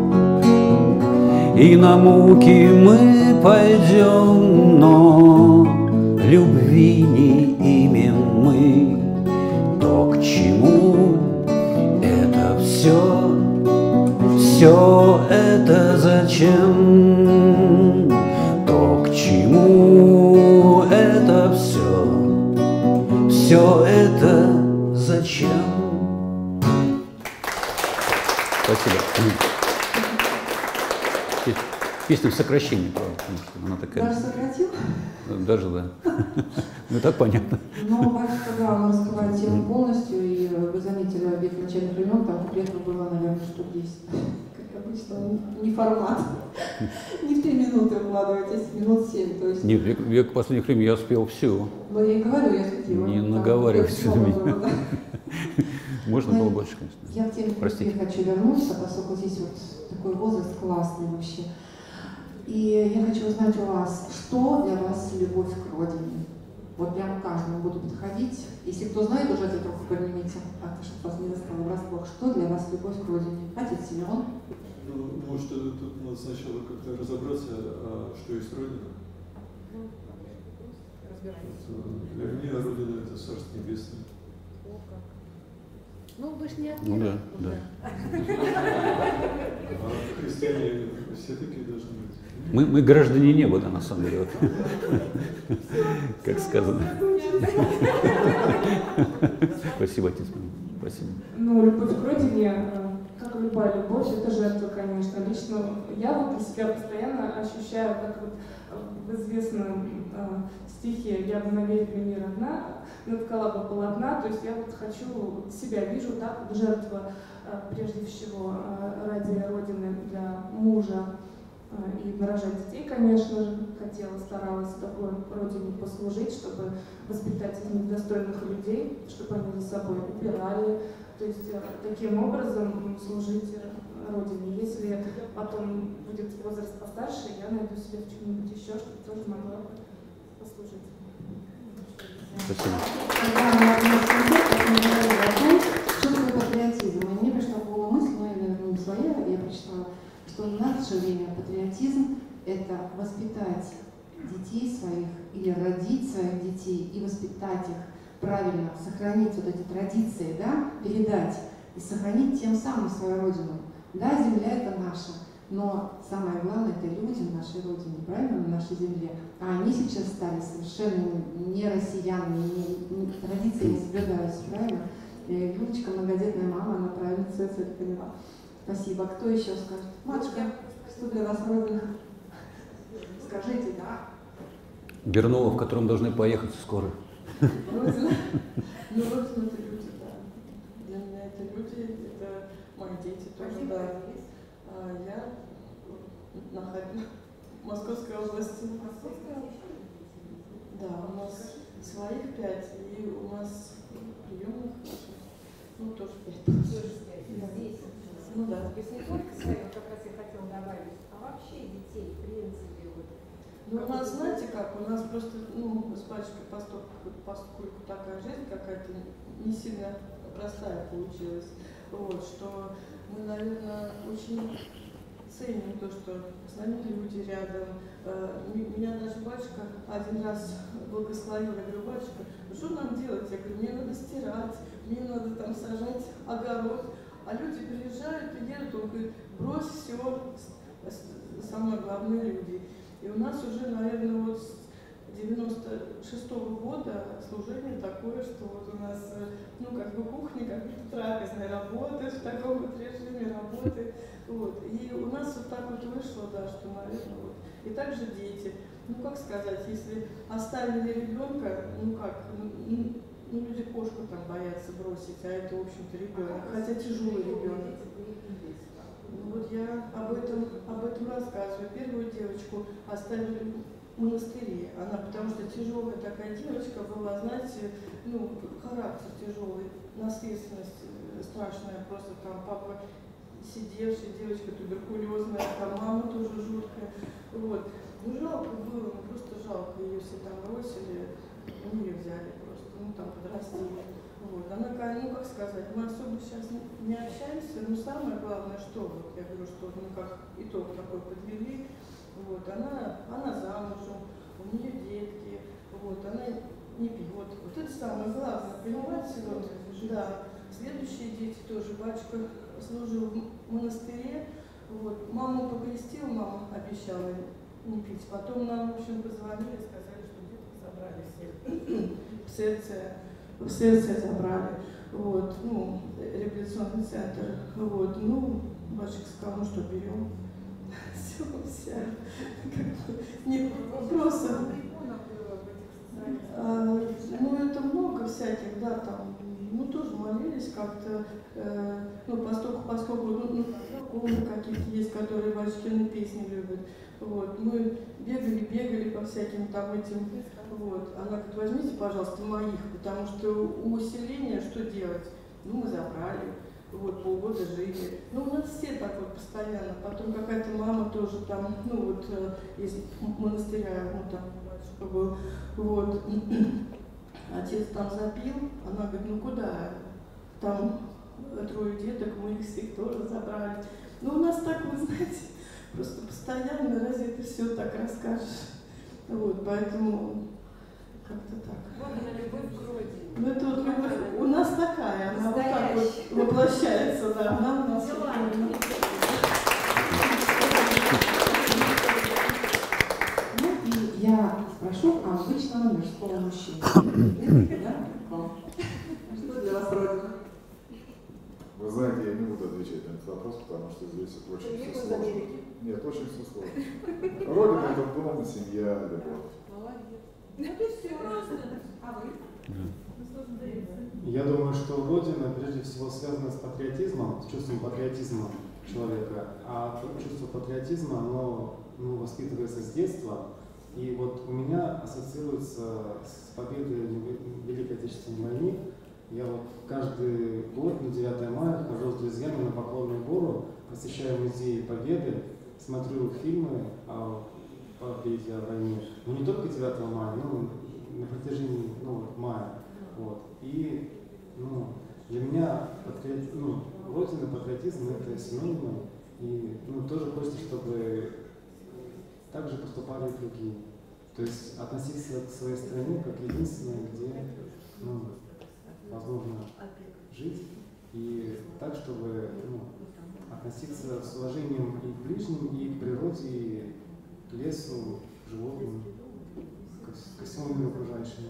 и на муки мы пойдем, но любви не имем мы, то к чему это все? Все это зачем? То к чему это все? Все это зачем? Спасибо. Песня в сокращении, правда, потому что она такая.
Даже сократил?
Даже, да. Ну так понятно.
Но батюшка, да, он раскрывает тему полностью, и вы заметили, объект начальных времен, там куплетов было, наверное, штук десять. Как обычно, не формат. Не в три минуты укладываетесь, минут семь. То есть...
Нет, век, век последних времен я успел все.
Ну, я и говорю, я сходила.
Не наговаривайте на меня. Можно было больше, конечно.
Я к теме хочу вернуться, поскольку здесь вот такой возраст классный вообще. И я хочу узнать у вас, что для вас любовь к родине? Вот прям каждому буду подходить. Если кто знает, уже эту руку поднимите, а то, чтобы вас не застало врасплох. Что для вас любовь к родине? Отец Симеон?
Ну, может, тут надо сначала как-то разобраться, а что есть родина. Для меня родина — это Царство Небесное.
Ну, вы же не от
Ну да, да.
А христиане все такие должны быть.
Мы, мы граждане неба, да, на самом деле. Вот. Как сказано. Спасибо, отец. Спасибо.
Ну, любовь к родине, как любая любовь, это жертва, конечно. Лично я вот для себя постоянно ощущаю, как вот в известном э, стихе «Я бы навеяла мир одна», наткала бы полотна, то есть я вот хочу, себя вижу так, вот жертва э, прежде всего э, ради Родины для мужа э, и нарожать детей, конечно же, хотела, старалась такой Родине послужить, чтобы воспитать из них достойных людей, чтобы они за собой убирали, то есть э, таким образом служить Родине. Если потом будет возраст постарше, я найду себе в чем-нибудь еще, чтобы тоже могла послужить.
Спасибо.
Что такое патриотизм? И мне пришла в голову мысль, но я, наверное, не своя, я прочитала, что в наше время патриотизм – это воспитать детей своих или родить своих детей и воспитать их правильно, сохранить вот эти традиции, да, передать и сохранить тем самым свою родину. Да, земля – это наша, но самое главное – это люди на нашей родине, правильно, на нашей земле. А они сейчас стали совершенно не россиянами, не, не, традиции не соблюдаются, правильно? И Юлечка, многодетная мама, она правильно все это поняла. Спасибо. Кто еще скажет? Матушка, что для вас родина? Скажите, да?
Берново, в котором должны поехать скоро.
Родина? Ну, родина — это люди, да. Для меня это люди, это мои дети тоже, да. А я нахожусь в Московской области. Да, у нас своих пять, и у нас приемных, ну, тоже пять. Ну да.
То есть не только своих, как раз я хотела добавить, а вообще детей, в принципе, вот.
Ну, у нас, знаете как, у нас просто, ну, с батюшкой поскольку такая жизнь какая-то не сильно простая получилась, вот, что мы, наверное, очень ценим то, что с нами люди рядом. Меня даже батюшка один раз благословил, я говорю: батюшка, ну что нам делать? Я говорю: мне надо стирать, мне надо там сажать огород. А люди приезжают и едут, он говорит: брось все, самое главное люди. И у нас уже, наверное, вот с девяносто шестого года служение такое, что вот у нас, ну, как бы кухня, как будто трапезная, работает в таком вот режиме работы. Вот. И у нас вот так вот вышло, да, что, наверное, вот. И также дети. Ну, как сказать, если оставили ребенка, ну как, ну, ну, люди кошку там боятся бросить, а это, в общем-то, ребенок, хотя тяжелый ребенок. Ну, вот я об этом, об этом рассказываю. Первую девочку оставили в монастыре. Она, потому что тяжелая такая девочка была, знаете, ну, характер тяжелый, наследственность страшная, просто там папа сидевший, девочка туберкулезная, там мама тоже жуткая. Вот. Ну, жалко было, ну, просто жалко, ее все там бросили, ну, ее взяли просто, ну, там подрастили. Вот. Она, ну, как сказать, мы особо сейчас не, не общаемся, но самое главное, что, вот, я говорю, что, ну, как итог такой подвели, вот, она, она замужем, у нее детки, вот, она не пьет. Вот это самое главное, понимаете, вот, да. Следующие дети тоже, батюшка служил в монастыре, вот, маму покрестил, мама обещала не пить, потом нам, в общем, позвонили, сказали, что деток забрали всех, в сердце, в сердце забрали, вот, ну, реабилитационный центр, вот, ну, батюшка сказал, ну что, берем. Все, вся, нет вопросов. А, ну, это много всяких, да, там, ну, тоже молились как-то, э, ну, поскольку, поскольку, ну, ну знакомые какие-то есть, которые батюшкины песни любят, вот, мы бегали, бегали по всяким там этим, вот, она говорит, возьмите, пожалуйста, моих, потому что у усиления что делать? Ну, мы забрали. Вот, полгода жили. Ну, у нас все так вот постоянно. Потом какая-то мама тоже там, ну, вот, из монастыря, ну, там, батюшка был, вот, отец там запил, она говорит, ну, куда? Там трое деток, мы их всех тоже забрали. Ну, у нас так, вы знаете, просто постоянно, разве это все так расскажешь? Вот, поэтому как-то так.
Вот она, любовь к родине.
Ну, это вот любовь у нас такая, она вот так вот воплощается, да, она у нас.
Ну и я спрошу обычного мужского мужчины. Что для вас Родина?
Вы знаете, я не буду отвечать на этот вопрос, потому что здесь очень все сложно. Нет, очень все сложно. Родина — это дом, семья, любовь.
Молодец. Это все просто. А вы?
Я думаю, что Родина прежде всего связана с патриотизмом, с чувством патриотизма человека. А чувство патриотизма, оно ну, воспитывается с детства. И вот у меня ассоциируется с победой в Великой Отечественной войне. Я вот каждый год на девятое мая хожу с друзьями на Поклонную гору, посещаю музеи Победы, смотрю фильмы о победе, о войне. Но не только девятого мая, но на протяжении ну, мая. Вот. И ну, для меня патриот, ну, Родина, патриотизм — это синонимы. И ну, тоже хочется, чтобы так же поступали и другие. То есть относиться к своей стране как единственной, где ну, возможно жить. И так, чтобы ну, относиться с уважением и к ближним, и к природе, и к лесу, к животным, ко, ко всему миру окружающему.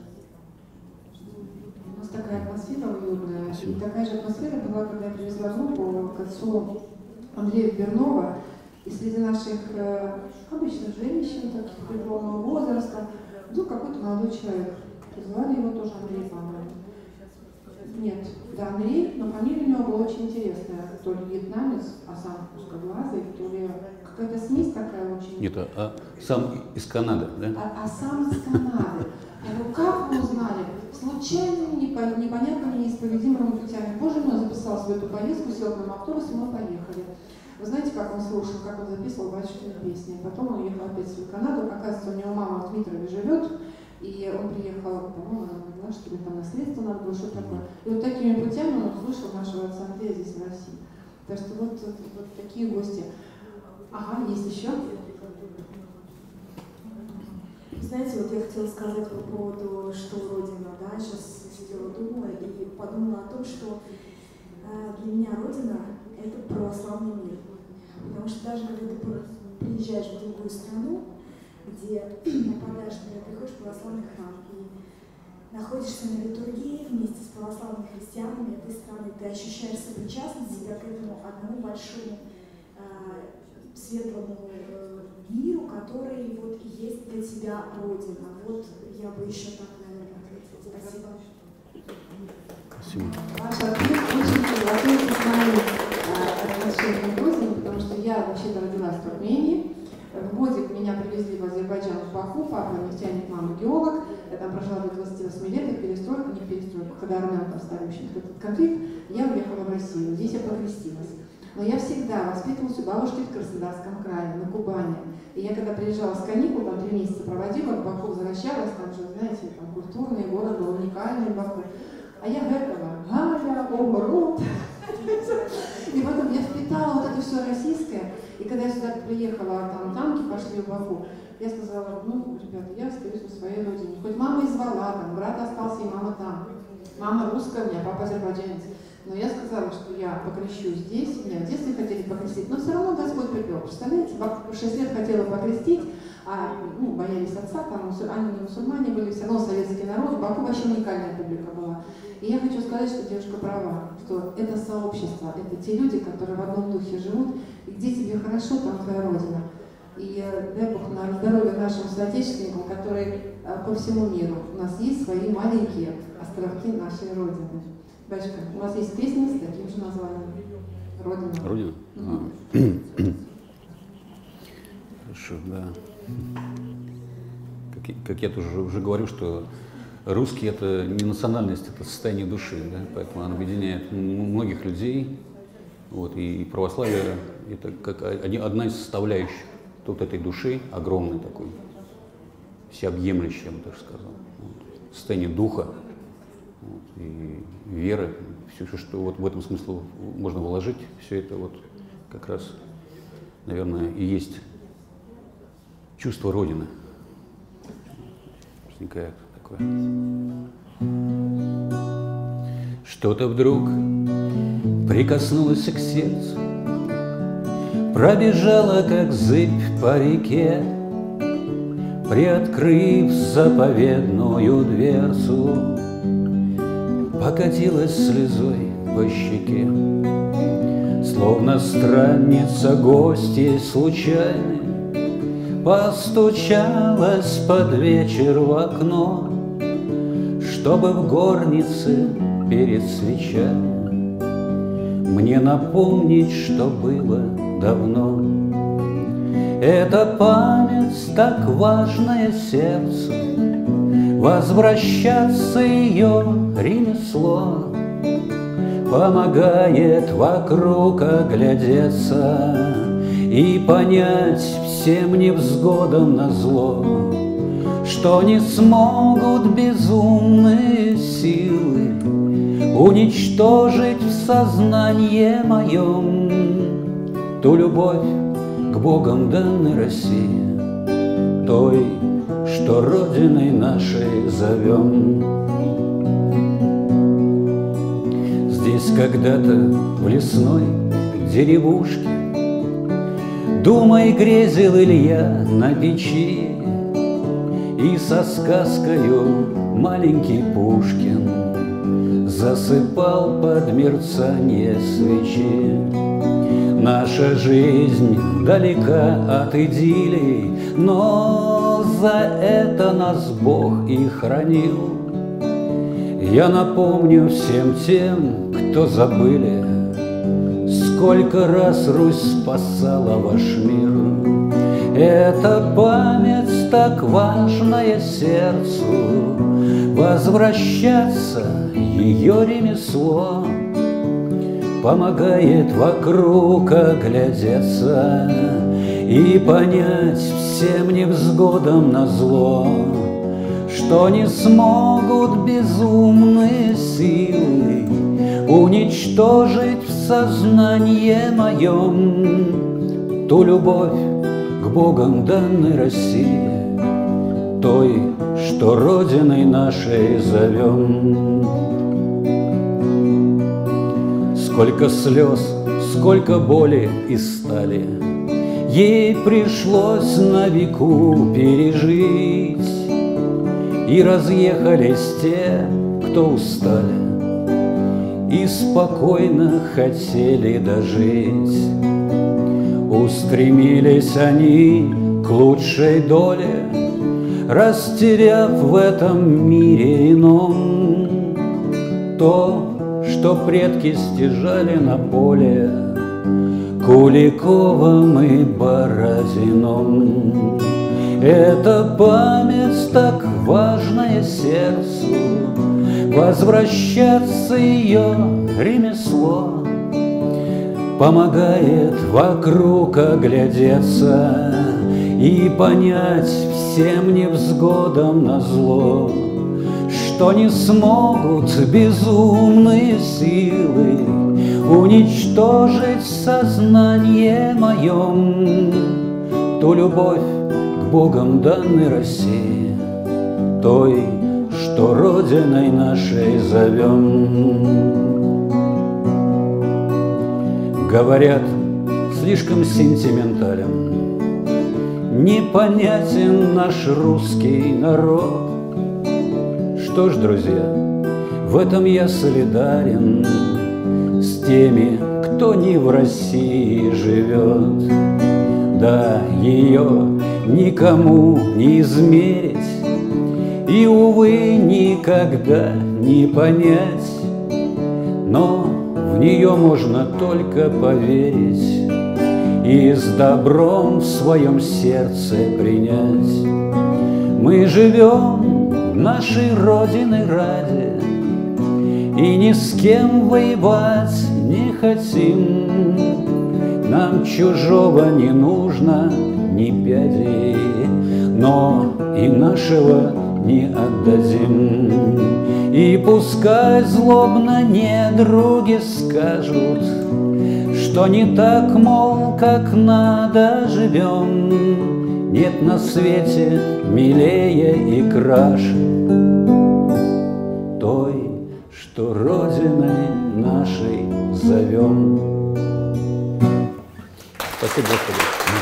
У нас такая атмосфера уютная. И такая же атмосфера была, когда я привезла внуку к отцу Андрея Бернова. И среди наших э, обычных женщин, таких преклонного возраста, вдруг какой-то молодой человек. Звали его тоже Андрей, по-моему. Нет, да, Андрей, но фамилия у него была очень интересная. То ли вьетнамец, а сам узкоглазый, то ли какая-то смесь такая очень...
Нет, а, а сам из Канады, да?
А, а сам из Канады. Я говорю, как вы узнали? Случайными, непонятными, неисповедимыми путями. Боже мой, записался в эту поездку, сел к нам в автобус, и мы поехали. Вы знаете, как он слушал, как он записывал батюшкины песни. Потом он уехал опять в Канаду. Оказывается, у него мама в Дмитрове живет. И он приехал, по-моему, она поняла, что ему там наследство надо было, что такое. И вот такими путями он услышал нашего отца Андрея здесь, в России. Так что вот, вот, вот такие гости. Ага, есть еще?
Знаете, вот я хотела сказать по поводу, что Родина, да, сейчас сидела, думала и подумала о том, что э, для меня Родина — это православный мир. Потому что даже когда ты приезжаешь в другую страну, где попадаешь, например, приходишь в православный храм и находишься на литургии вместе с православными христианами этой страны, ты ощущаешь сопричастность себя к этому одному большому э, светлому э, миру, который вот есть для тебя Родина. Вот я бы еще так, наверное, ответила. Спасибо.
Спасибо.
Ваш ответ очень предлагает с нами отношения к Родине, потому что Армении. В годик меня привезли в Азербайджан, в Баку, папа нефтяник, мама геолог. Я там прожила до двадцати восьми лет, и перестройка, не перестройка, когда армян там стали очень этот конфликт, я уехала в Россию, здесь я покрестилась. Но я всегда воспитывалась у бабушки в Краснодарском крае, на Кубани. И я когда приезжала с каникул, там три месяца проводила, в Баку возвращалась, там же, знаете, там культурный город был уникальный в Баку. А я гэтого, Галя, оборот. И потом я впитала вот это все российское. И когда я сюда приехала, там танки пошли в Баку, я сказала, ну, ребята, я остаюсь на своей родине. Хоть мама и звала, там, брат остался, и мама там. Мама русская у меня, папа азербайджанец. Но я сказала, что я покрещу здесь, меня в детстве хотели покрестить, но все равно Господь привел. Представляете, в шесть лет хотела покрестить, а ну, боялись отца, там они не мусульмане были, все равно советский народ, Баку вообще уникальная публика была. И я хочу сказать, что девушка права, что это сообщество, это те люди, которые в одном духе живут, и где тебе хорошо, там твоя родина. И дай Бог на здоровье нашим соотечественникам, которые по всему миру. У нас есть свои маленькие островки нашей Родины. Бачка, у вас есть песня с таким же названием? Родина.
Родина? Mm-hmm. Хорошо, да. Как, как я тоже уже говорю, что русский — это не национальность, это состояние души, да? Поэтому оно объединяет многих людей. Вот, и православие — это как одна из составляющих вот этой души, огромной такой, всеобъемлющей, я бы так сказал. Вот, состояние духа. Вот, и веры, все, что вот в этом смысле можно вложить, все это вот как раз, наверное, и есть чувство Родины. Возникает такое. Что-то вдруг прикоснулось к сердцу, пробежала, как зыбь по реке, приоткрыв заповедную дверцу, покатилась слезой по щеке, словно странница гостья случайной, постучалась под вечер в окно, чтобы в горнице перед свечами мне напомнить, что было давно. Эта память так важная сердцу, возвращаться ее ремесло помогает вокруг оглядеться и понять всем невзгодам назло, что не смогут безумные силы уничтожить в сознании моем ту любовь к Богом данной России, той, что Родиной нашей зовем. Здесь когда-то в лесной деревушке думой грезил Илья на печи, и со сказкою маленький Пушкин засыпал под мерцание свечи. Наша жизнь далека от идиллии, но за это нас Бог и хранил. Я напомню всем тем, кто забыли, сколько раз Русь спасала ваш мир. Эта память так важная сердцу, возвращаться ее ремесло помогает вокруг оглядеться и понять всем невзгодам назло, что не смогут безумные силы уничтожить в сознании моем ту любовь к Богом данной России, той, что Родиной нашей зовем. Сколько слез, сколько боли и стали ей пришлось на веку пережить, и разъехались те, кто устали и спокойно хотели дожить. Устремились они к лучшей доле, растеряв в этом мире ином то, что предки стяжали на поле. Куликовым и Бородином. Это память так важная сердцу, возвращаться ее ремесло помогает вокруг оглядеться и понять всем невзгодам назло, что не смогут безумные силы уничтожить в сознании моем ту любовь к Богом данной России, той, что Родиной нашей зовем. Говорят, слишком сентиментален, непонятен наш русский народ. Что ж, друзья, в этом я солидарен с теми, кто не в России живет. Да, ее никому не измерить и, увы, никогда не понять, но в нее можно только поверить и с добром в своем сердце принять. Мы живем нашей Родины ради и ни с кем воевать не хотим. Нам чужого не нужно ни пяди, но и нашего не отдадим. И пускай злобно недруги скажут, что не так, мол, как надо живем. Нет на свете милее и краше той, что Родиной нашей зовем. Спасибо, Господи.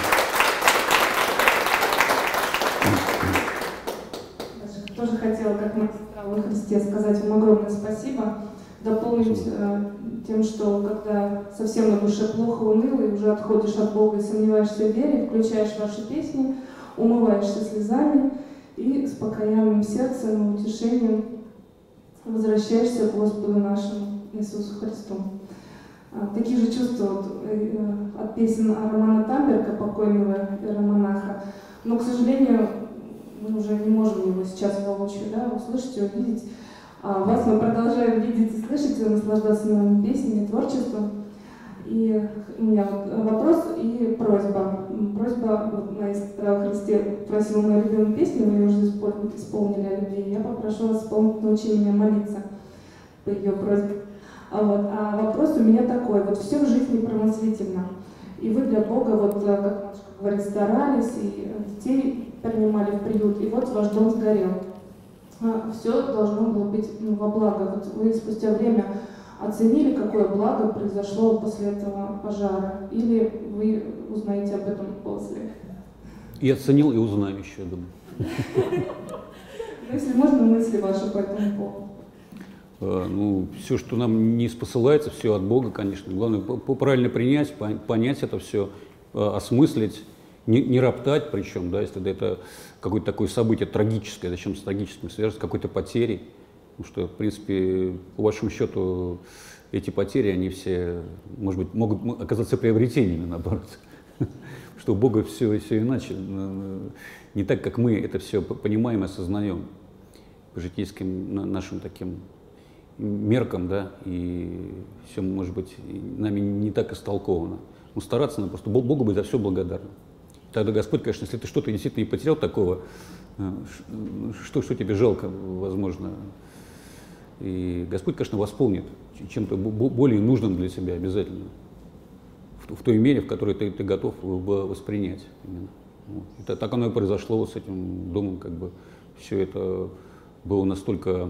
Тоже хотела, как магистра во Христе, сказать вам огромное спасибо, дополнить э, тем, что когда совсем на душе плохо, уныло, и уже отходишь от Бога и сомневаешься в вере, включаешь ваши песни, умываешься слезами и с покаянным сердцем и утешением возвращаешься к Господу нашему Иисусу Христу. А, такие же чувства вот, э, от песен Романа Тамберга, покойного иеромонаха, но, к сожалению, мы уже не можем его сейчас воочию, да, услышать и увидеть. А вас мы продолжаем видеть и слышать, и наслаждаться новыми песнями, творчеством. И у меня вот вопрос и просьба. Просьба, вот, маэстро во Христе просила мою любимую песню, мы ее уже исполнили о любви. Я попрошу вас исполнить, научи меня молиться по ее просьбе. А, вот, а вопрос у меня такой. Вот все в жизни промыслительно. И вы для Бога, вот, как матушка говорит, старались, и детей принимали в приют, и вот ваш дом сгорел. Все должно было быть, ну, во благо. Вот вы спустя время оценили, какое благо произошло после этого пожара, или вы узнаете об этом после?
И оценил, и узнаю еще, я думаю.
Если можно, мысли ваши по этому поводу.
Ну, все, что нам не спосылается, все от Бога, конечно. Главное, правильно принять, понять это все, осмыслить, не, не роптать, причем, да, если это какое-то такое событие трагическое, зачем с трагическим связано, с какой-то потерей. Потому что, в принципе, по большому счету, эти потери, они все, может быть, могут оказаться приобретениями, наоборот. Что у Бога все, все иначе. Не так, как мы это все понимаем и осознаем по житейским нашим таким меркам, да, и все, может быть, нами не так истолковано. Но стараться надо просто Богу быть за все благодарным. Тогда Господь, конечно, если ты что-то действительно не потерял такого, что, что тебе жалко, возможно, и Господь, конечно, восполнит чем-то более нужным для тебя обязательно, в, в той мере, в которой ты, ты готов воспринять. Именно. Вот. Это, так оно и произошло вот с этим домом, как бы все это было настолько,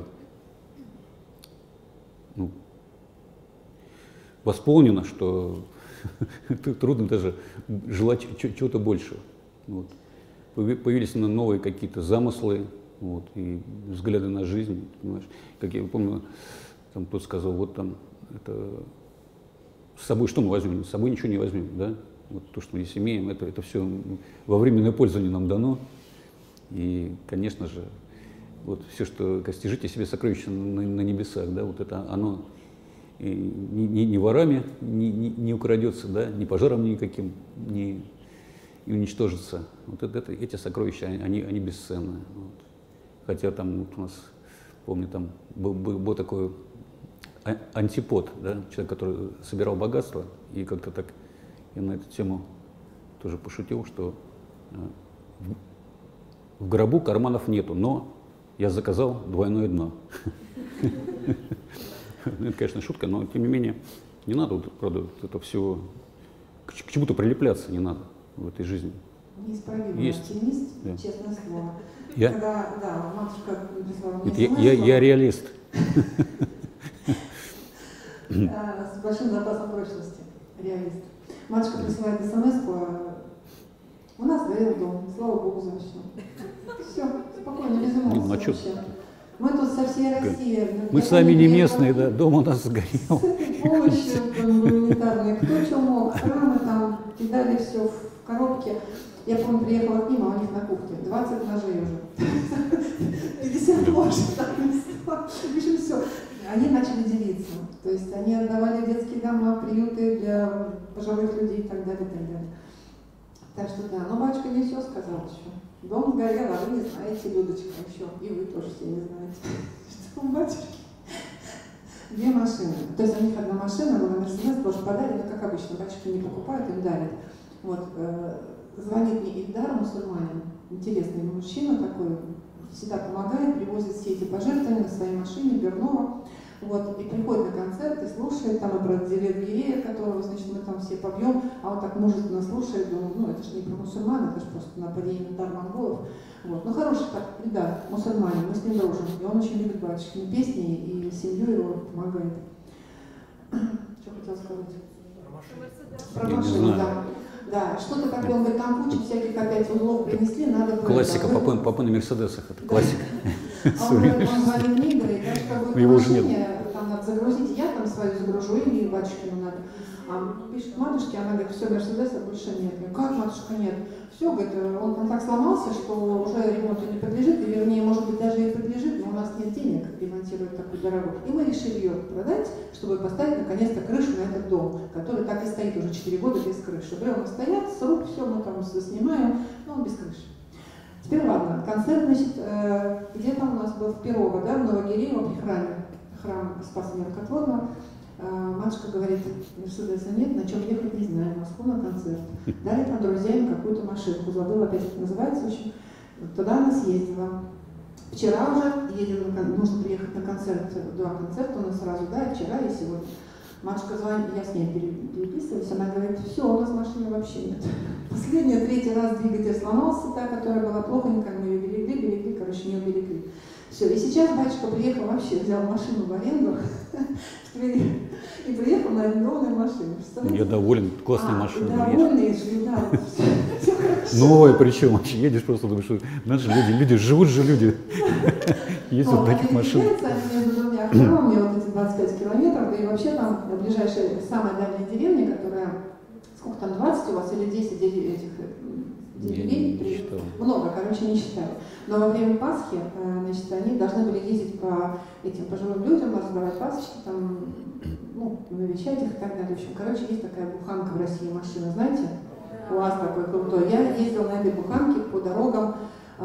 ну, восполнено, что трудно даже желать чего-то большего. Вот. Появились новые какие-то замыслы, вот, и взгляды на жизнь, понимаешь. Как я помню, там кто-то сказал, вот там, это, с собой что мы возьмем? С собой ничего не возьмем, да? Вот то, что мы здесь имеем, это, это все во временное пользование нам дано. И, конечно же, вот все, что, стяжите себе сокровища на, на небесах, да, вот это оно и ни, ни, ни ворами не, не, не украдется, да, ни пожаром никаким не и уничтожится. Вот это, это, эти сокровища, они, они бесценны. Вот. Хотя там вот у нас, помню, там был, был, был такой антипод, да, человек, который собирал богатство, и как-то так я на эту тему тоже пошутил, что в, в гробу карманов нету, но я заказал двойное дно. Это, конечно, шутка, но тем не менее не надо, правда, это все к чему-то прилепляться не надо в этой жизни.
Неисправимый оптимист,
да.
Честное слово.
Я?
Когда, да, матушка прислала мне
смс. Я, я, я реалист.
С большим запасом прочности. Реалист. Матушка присылает смс-ку, у нас горел дом, слава Богу за все. Все, спокойно, без эмоций
ну, а
вообще. Мы тут со всей России.
Мы сами не местные, да, дом у нас сгорел.
С этой помощью гуманитарной, кто что мог, храмы там кидали все в коробки. Я, помню, приехала к ним, а у них на кухне двадцать ножей уже. пятьдесят ложек там в общем, все. Они начали делиться. То есть они отдавали детские дома, приюты для пожилых людей и так далее, и так далее. Так что да, но батюшка не все сказал еще. Дом сгорел, а вы не знаете, Людочка, еще. И вы тоже все не знаете, что у батюшки две машины. То есть у них одна машина была, Мерседес, тоже подарили, как обычно, батюшки не покупают, им дарят. Вот, э, звонит мне Ильдар, мусульманин, интересный мужчина такой, всегда помогает, привозит все эти пожертвования на своей машине, Бернова. Вот, и приходит на концерт и слушает, там и про Зелет-Гирея, которого, значит, мы там все побьем, а он так мужественно слушает, думаю, ну это же не про мусульман, это же просто нападение на дар монголов. Вот. Ну хороший так, да, мусульманин, мы с ним дружим, и он очень любит батюшкины песни, и семью его помогает. Что хотел сказать? Про машину, да. Да, что-то такое, он говорит, там куча всяких опять узлов принесли, надо было...
Классика, попы, попы на Мерседесах, это классика.
А он говорит, он звонит мне и говорит, я что вы
его
в
уже нет.
машине, там надо загрузить, я там свою загружу, или батюшкину надо. А пишет матушке, она говорит, все, Мерседеса больше нет. Я говорю, как, матушка, нет? Все, говорит, он, он так сломался, что уже ремонту не подлежит, и вернее, может быть, даже и подлежит, но у нас нет денег ремонтировать такую дорогу. И мы решили ее продать, чтобы поставить наконец-то крышу на этот дом, который так и стоит уже четыре года без крыши. Бревна стоят, сруб, все, мы там снимаем, но он без крыши. Теперь ладно, концерт, значит, э, где там у нас был в Перово, да, в Новогиреево при храме, храм Спаса Мирокотворного. Э, матушка говорит, Мерседеса нет, на чем ехать не знаю, в Москву на концерт. Дали там друзьям какую-то машинку, забыла опять, как называется, в общем, туда она съездила. Вчера уже едем, на, нужно приехать на концерт, два концерта у нас сразу, да, и вчера, и сегодня. Матушка звонит, я с ней переписываюсь, она говорит, все, у нас машины вообще нет. Последний, третий раз двигатель сломался, та, которая была плохонькая, мы ее берегли, берегли, короче, не уберегли. Все, и сейчас батюшка приехал вообще, взял машину в аренду в Твери и приехал на арендованной машине.
Я доволен, классная
а,
машина.
Довольный, да, все хорошо.
Новая причем, вообще едешь просто, думаешь, что наши люди, люди, живут же люди, ездят в таких машинах.
Между двумя храмами вот эти двадцать пять километров, да и вообще там ближайшая, самая дальняя деревня, которая, сколько там, двадцать у вас или десять этих деревень? Много, короче, не считаю. Но во время Пасхи, значит, они должны были ездить по этим пожилым людям, раздавать пасочки, там, ну, навещать их и так далее. В общем, короче, есть такая буханка в России, машина, знаете? У вас такой крутой. Я ездила на этой буханке по дорогам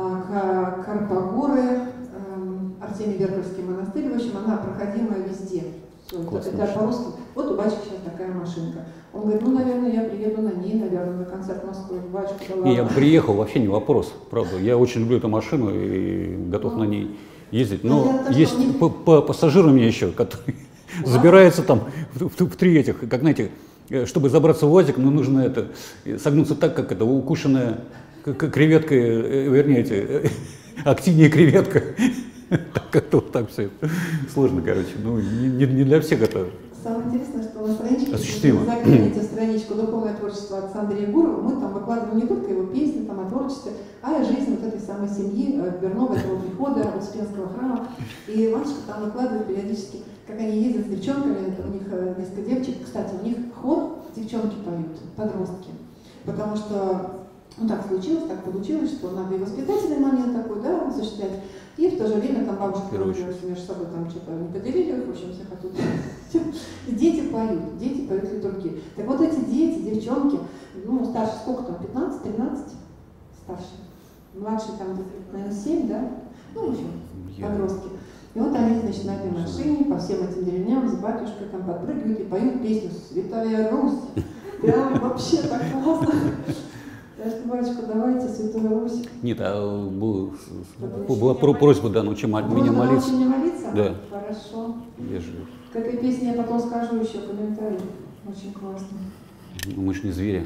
к Карпогоры, Артемий Верховский монастырь, в общем, она проходимая везде. Все, это, это по-русски. Вот у батюшки сейчас такая машинка. Он говорит, ну, наверное, я приеду на ней, наверное, на концерт Москвы. Батюшка, да ладно.
Я приехал, вообще не вопрос, правда. Я очень люблю эту машину и готов ну, на ней ездить. Но то, есть не... по, по пассажиру у меня еще, которые да? забираются там в, в, в три этих, как знаете, чтобы забраться в УАЗик, ну, нужно это, согнуться так, как это, укушенная креветка, вернее, эти, активнее креветка. Как-то вот так все сложно, короче. Ну, не, не для всех это.
Самое интересное, что на страничке, если вы загляните страничку «Духовное творчество» от Андрея Гурова, мы там выкладываем не только его песни, там, о творчестве, а и жизнь вот этой самой семьи, Бернова, этого прихода, Успенского храма. И матушка там выкладывает периодически, как они ездят с девчонками, это у них несколько девочек. Кстати, у них хор девчонки поют, подростки. Потому что, ну так случилось, так получилось, что надо и воспитательный момент такой, да, осуществлять. И в то же время там бабушка, например, между собой там что-то не поделили, в общем, всех оттуда Дети поют, дети поют литургии. Так вот эти дети, девчонки, ну, старше сколько там, пятнадцать, тринадцать? Старше. Младший там, наверное, семь, да? Ну, в общем, подростки. И вот они, значит, на этой машине по всем этим деревням с батюшкой там подпрыгивают и поют песню «Святая Русь». Прям вообще так классно. Я же, батюшка, давайте Святую Русь.
Нет, а был, была просьба, да, научи меня молиться.
Научи меня молиться?
Да.
Хорошо.
Я же...
К этой песне я потом скажу еще комментарий. Очень классно.
Мы же не звери.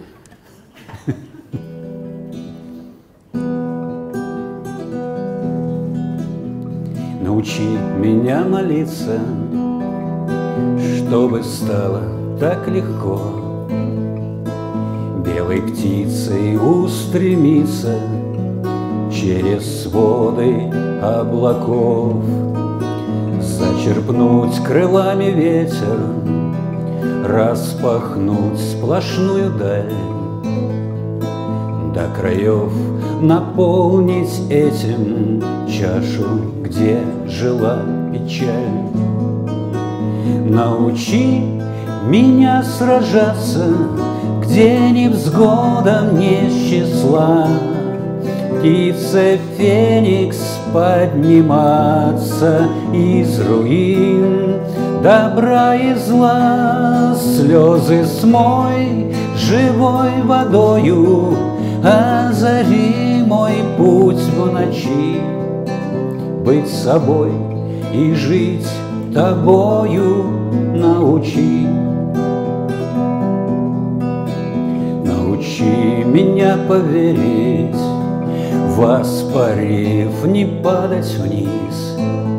Научи меня молиться, чтобы стало так легко белой птицей устремиться через своды облаков, зачерпнуть крылами ветер, распахнуть сплошную даль, до краев наполнить этим чашу, где жила печаль. Научи меня сражаться, где невзгодам не с числа, птице феникс подниматься из руин добра и зла. Слезы смой живой водою, озари мой путь в ночи. Быть собой и жить тобою научи. Научи меня поверить, воспарив, не падать вниз.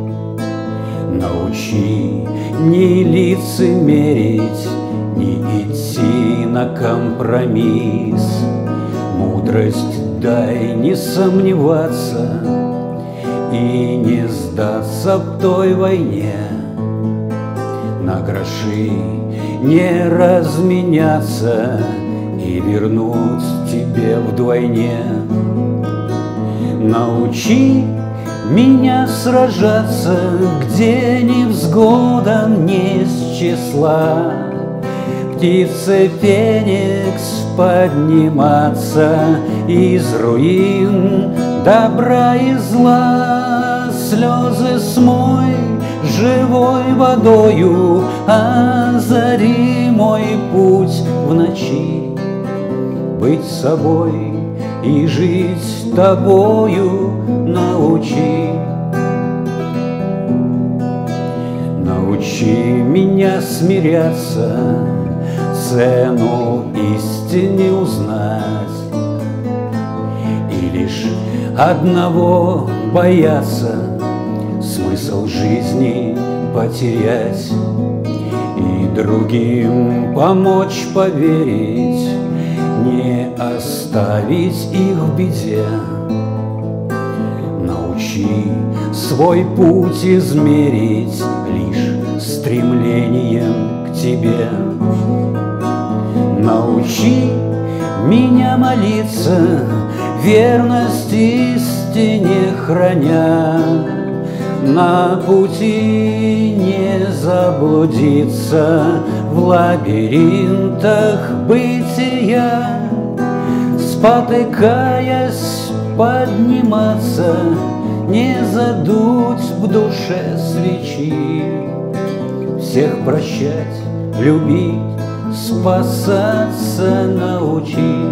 Научи не лицемерить, не идти на компромисс. Мудрость дай не сомневаться и не сдаться в той войне. На гроши не разменяться и вернуть тебе вдвойне. Научи меня сражаться, где невзгодам не с числа, птице феникс подниматься из руин добра и зла. Слезы смой живой водою, озари мой путь в ночи. Быть собой и жить тобою научи. Научи меня смиряться, цену истине узнать, и лишь одного бояться, смысл жизни потерять, и другим помочь поверить, не оставить их в беде. Научи свой путь измерить лишь стремлением к тебе. Научи меня молиться, верность истине храня, на пути не заблудиться в лабиринтах бытия, спотыкаясь подниматься, не задуть в душе свечи, всех прощать, любить, спасаться научи.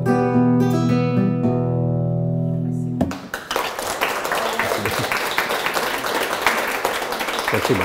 Спасибо.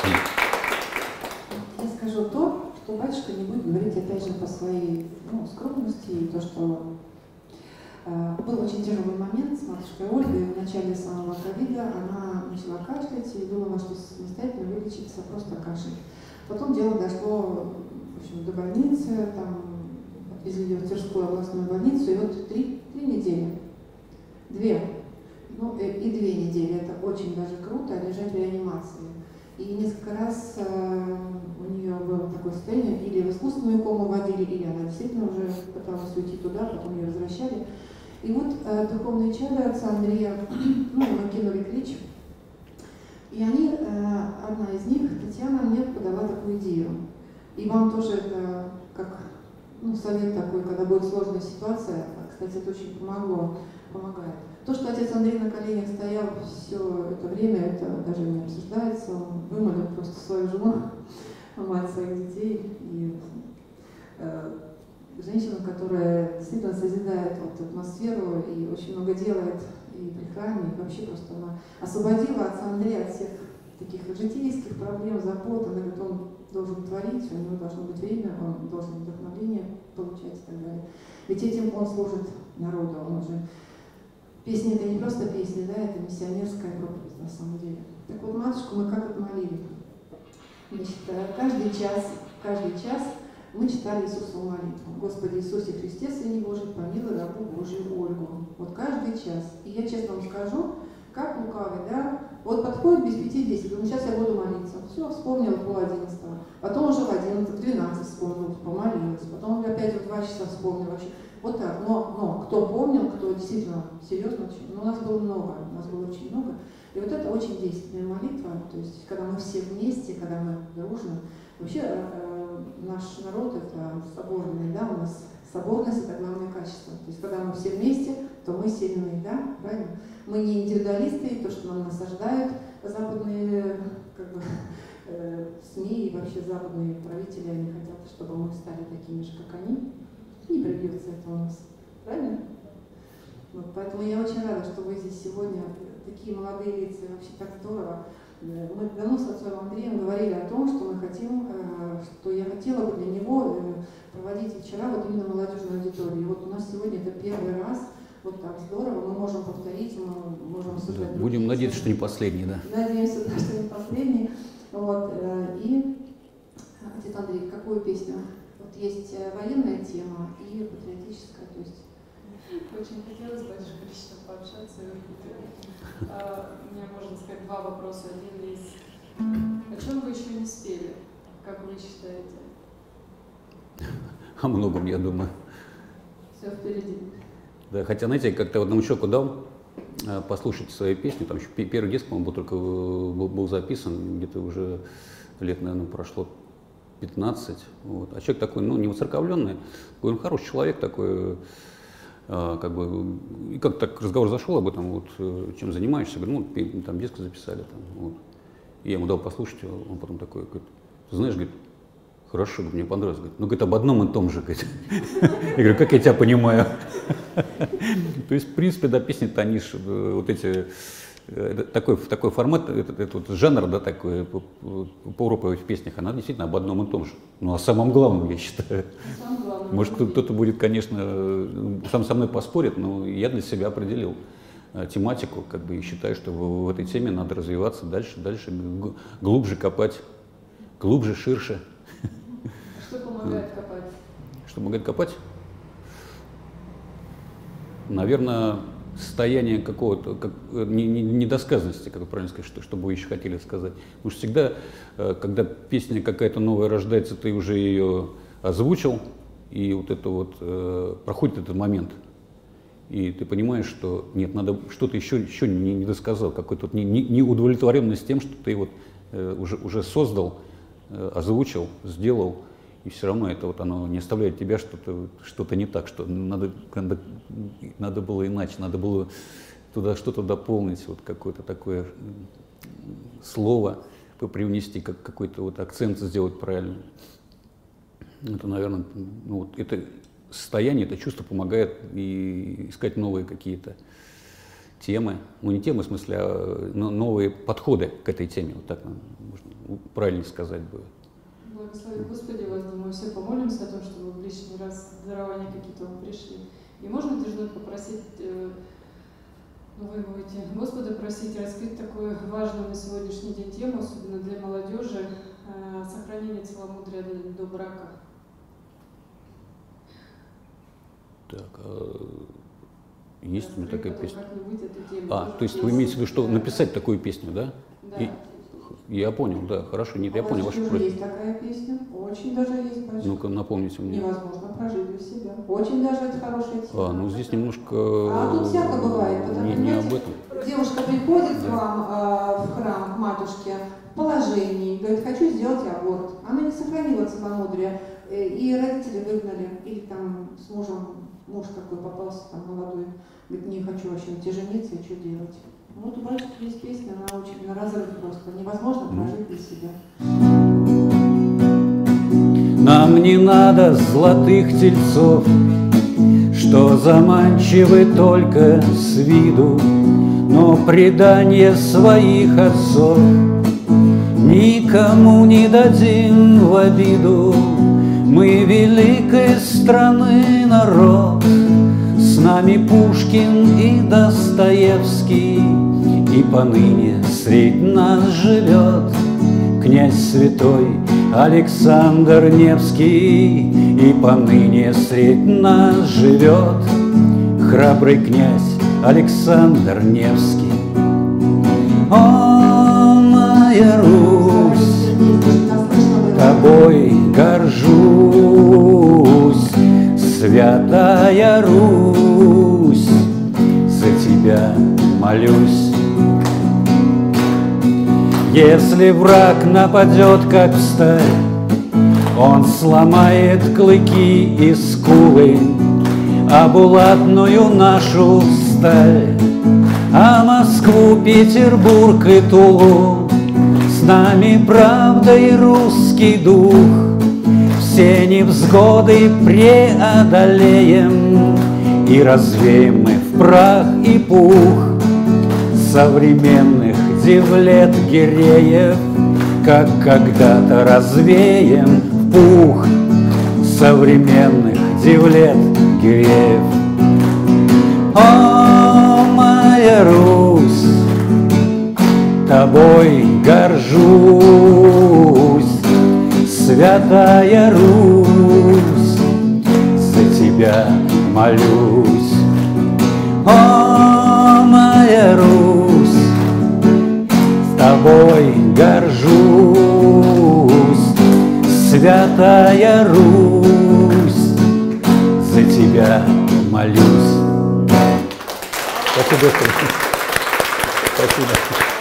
Я скажу то, что батюшка не будет говорить, опять же, по своей ну, скромности, и то, что э, был очень тяжелый момент с матушкой Ольгой. В начале самого ковида она начала кашлять и думала, что самостоятельно вылечиться просто кашель. Потом дело дошло в общем, до больницы, там отвезли ее в Тверскую областную больницу, и вот три, три недели, две, ну и, и две недели, это очень даже круто, лежать в реанимации. И несколько раз э, у нее было такое состояние, или в искусственную кому вводили, или она действительно уже пыталась уйти туда, потом ее возвращали. И вот э, духовные чады отца Андрея, ну, мы кинули клич, И они, одна из них, Татьяна, мне подала такую идею. И вам тоже это как ну, совет такой, когда будет сложная ситуация, кстати, это очень помогло, помогает. То, что отец Андрей на коленях стоял все это время, это даже не обсуждается. Он вымолил просто свою жену, мать своих детей. И э, женщину, которая действительно созидает вот атмосферу и очень много делает и при храме, и вообще просто она освободила отца Андрея от всех таких житейских проблем, забот. Она говорит, он должен творить, у него должно быть время, он должен вдохновение получать и так далее. Ведь этим он служит народу, он уже... Песня — это не просто песня, да, это миссионерская проповедь на самом деле. Так вот, матушку мы как отмолили. Значит, каждый час, каждый час мы читали Иисусову молитву. Господи Иисусе Христе, Сыне Божий, помилуй рабу Божию Ольгу. Вот каждый час. И я честно вам скажу, как лукавый, да, вот подходит без пяти десять, думаю, сейчас я буду молиться. Все, вспомнила в пол одиннадцатого. Потом уже в одиннадцать, в двенадцать вспомнила, помолилась. Потом опять в два часа вспомнила вообще. Вот так. Но, но кто помнил, кто действительно серьезно очень, ну, у нас было много, у нас было очень много. И вот это очень действенная молитва, то есть когда мы все вместе, когда мы дружно. Вообще э, наш народ это соборный, да, у нас соборность это главное качество. То есть когда мы все вместе, то мы сильные, да, правильно? Мы не индивидуалисты, то, что нам насаждают западные как бы, э, СМИ и вообще западные правители, они хотят, чтобы мы стали такими же, как они. Не прибьется это у нас, правильно? Вот, поэтому я очень рада, что вы здесь сегодня такие молодые лица, вообще так здорово. Мы давно с отцом Андреем говорили о том, что мы хотим, что я хотела бы для него проводить вечера вот именно молодежной аудитории. И вот у нас сегодня это первый раз, вот так здорово, мы можем повторить, мы можем создать...
Будем надеяться, что не последний, да?
Надеемся, да, что не последний. Вот, и, отец Андрей, какую песню? Вот есть военная тема и патриотическая, то есть...
Очень хотелось бы лично пообщаться. А, у меня, можно сказать, два вопроса. Один из... О чем вы еще не спели? Как вы считаете?
О многом, я думаю.
Все впереди.
Да, хотя, знаете, я как-то одному человеку дал послушать свои песни, там еще первый диск, по-моему, был только был, был записан, где-то уже лет, наверное, прошло пятнадцать. Вот. А человек такой, ну, не воцерковленный, он хороший человек такой, а, как бы, и как так разговор зашел об этом, вот, чем занимаешься, говорю, ну, там диск записали, там, вот. И я ему дал послушать, он потом такой, говорит, ты знаешь, говорит, хорошо, мне понравилось, говорит, ну, говорит, об одном и том же, говорит. Я говорю, как я тебя понимаю. То есть, в принципе, да, песни-то они ж, вот эти, такой, такой формат, этот, этот вот жанр, да, такой, проповедь в песнях, она действительно об одном и том же. Ну, о самом главном, я считаю. Может, кто-то будет, конечно, сам со мной поспорит, но я для себя определил тематику, как бы, и считаю, что в, в этой теме надо развиваться дальше, дальше, глубже копать, глубже, ширше.
Что помогает копать?
Что помогает копать? Наверное, состояние какого-то как, не, не, недосказанности, как правильно сказать, что, что бы вы еще хотели сказать. Потому что всегда, когда песня какая-то новая рождается, ты уже ее озвучил, и вот это вот э, проходит этот момент, и ты понимаешь, что нет, надо что-то еще, еще не, не досказал, какой-то вот не, не, не удовлетворенность тем, что ты вот э, уже, уже создал, э, озвучил, сделал. И все равно это вот оно не оставляет тебя что-то что-то не так, что надо, надо, надо было иначе, надо было туда что-то дополнить, вот какое-то такое слово привнести, как какой-то вот акцент сделать правильно. Это, наверное, ну, вот это состояние, это чувство помогает и искать новые какие-то темы, ну не темы в смысле, а новые подходы к этой теме, вот так можно правильно сказать будет.
Благослови Господи вас, думаю, все помолимся о том, чтобы в лишний раз дарования какие-то вам пришли. И можно даже попросить, ну вы будете Господа просить раскрыть такую важную на сегодняшний день тему, особенно для молодежи, сохранение целомудрия до брака.
Так, а есть у меня такая песня?
Эту тему,
а, то есть вы имеете в виду, что написать такую песню, да?
Да.
И, Я понял, да, хорошо, нет, я
А
понял
у вас
вашу
же
просьбу.
есть такая песня, очень даже есть, батюшка.
Ну-ка, напомните мне.
Невозможно прожить без себя. Очень даже это хорошая тема.
А, ну здесь немножко
А тут всяко бывает, потому
не,
что,
не об
знаете,
этом.
девушка приходит
Да.
к вам э, в храм, к матушке, в положении, говорит, хочу сделать аборт. Она не сохранила целомудрие, э, и родители выгнали, или там с мужем, муж такой попался, там молодой, говорит, не хочу вообще идти жениться, и что делать? Вот у батюшки есть песня, она очень на разрыв просто, невозможно прожить без себя.
Нам не надо золотых тельцов, что заманчивы только с виду, но предание своих отцов никому не дадим в обиду. Мы великой страны народ, с нами Пушкин и Достоевский, и поныне средь нас живет князь святой Александр Невский, и поныне средь нас живет храбрый князь Александр Невский. О, моя Русь, тобой горжусь, святая Русь, за тебя молюсь. Если враг нападет, как сталь, он сломает клыки и скулы, а булатную нашу сталь, а Москву, Петербург и Тулу. С нами правда и русский дух, все невзгоды преодолеем, и развеем мы в прах и пух современных девлет гиреев, как когда-то развеем в пух современных девлет гиреев. О, моя Русь, тобой горжусь, святая Русь, за тебя молюсь. О, моя Русь, с тобой горжусь, святая Русь, за тебя молюсь. Спасибо. Спасибо.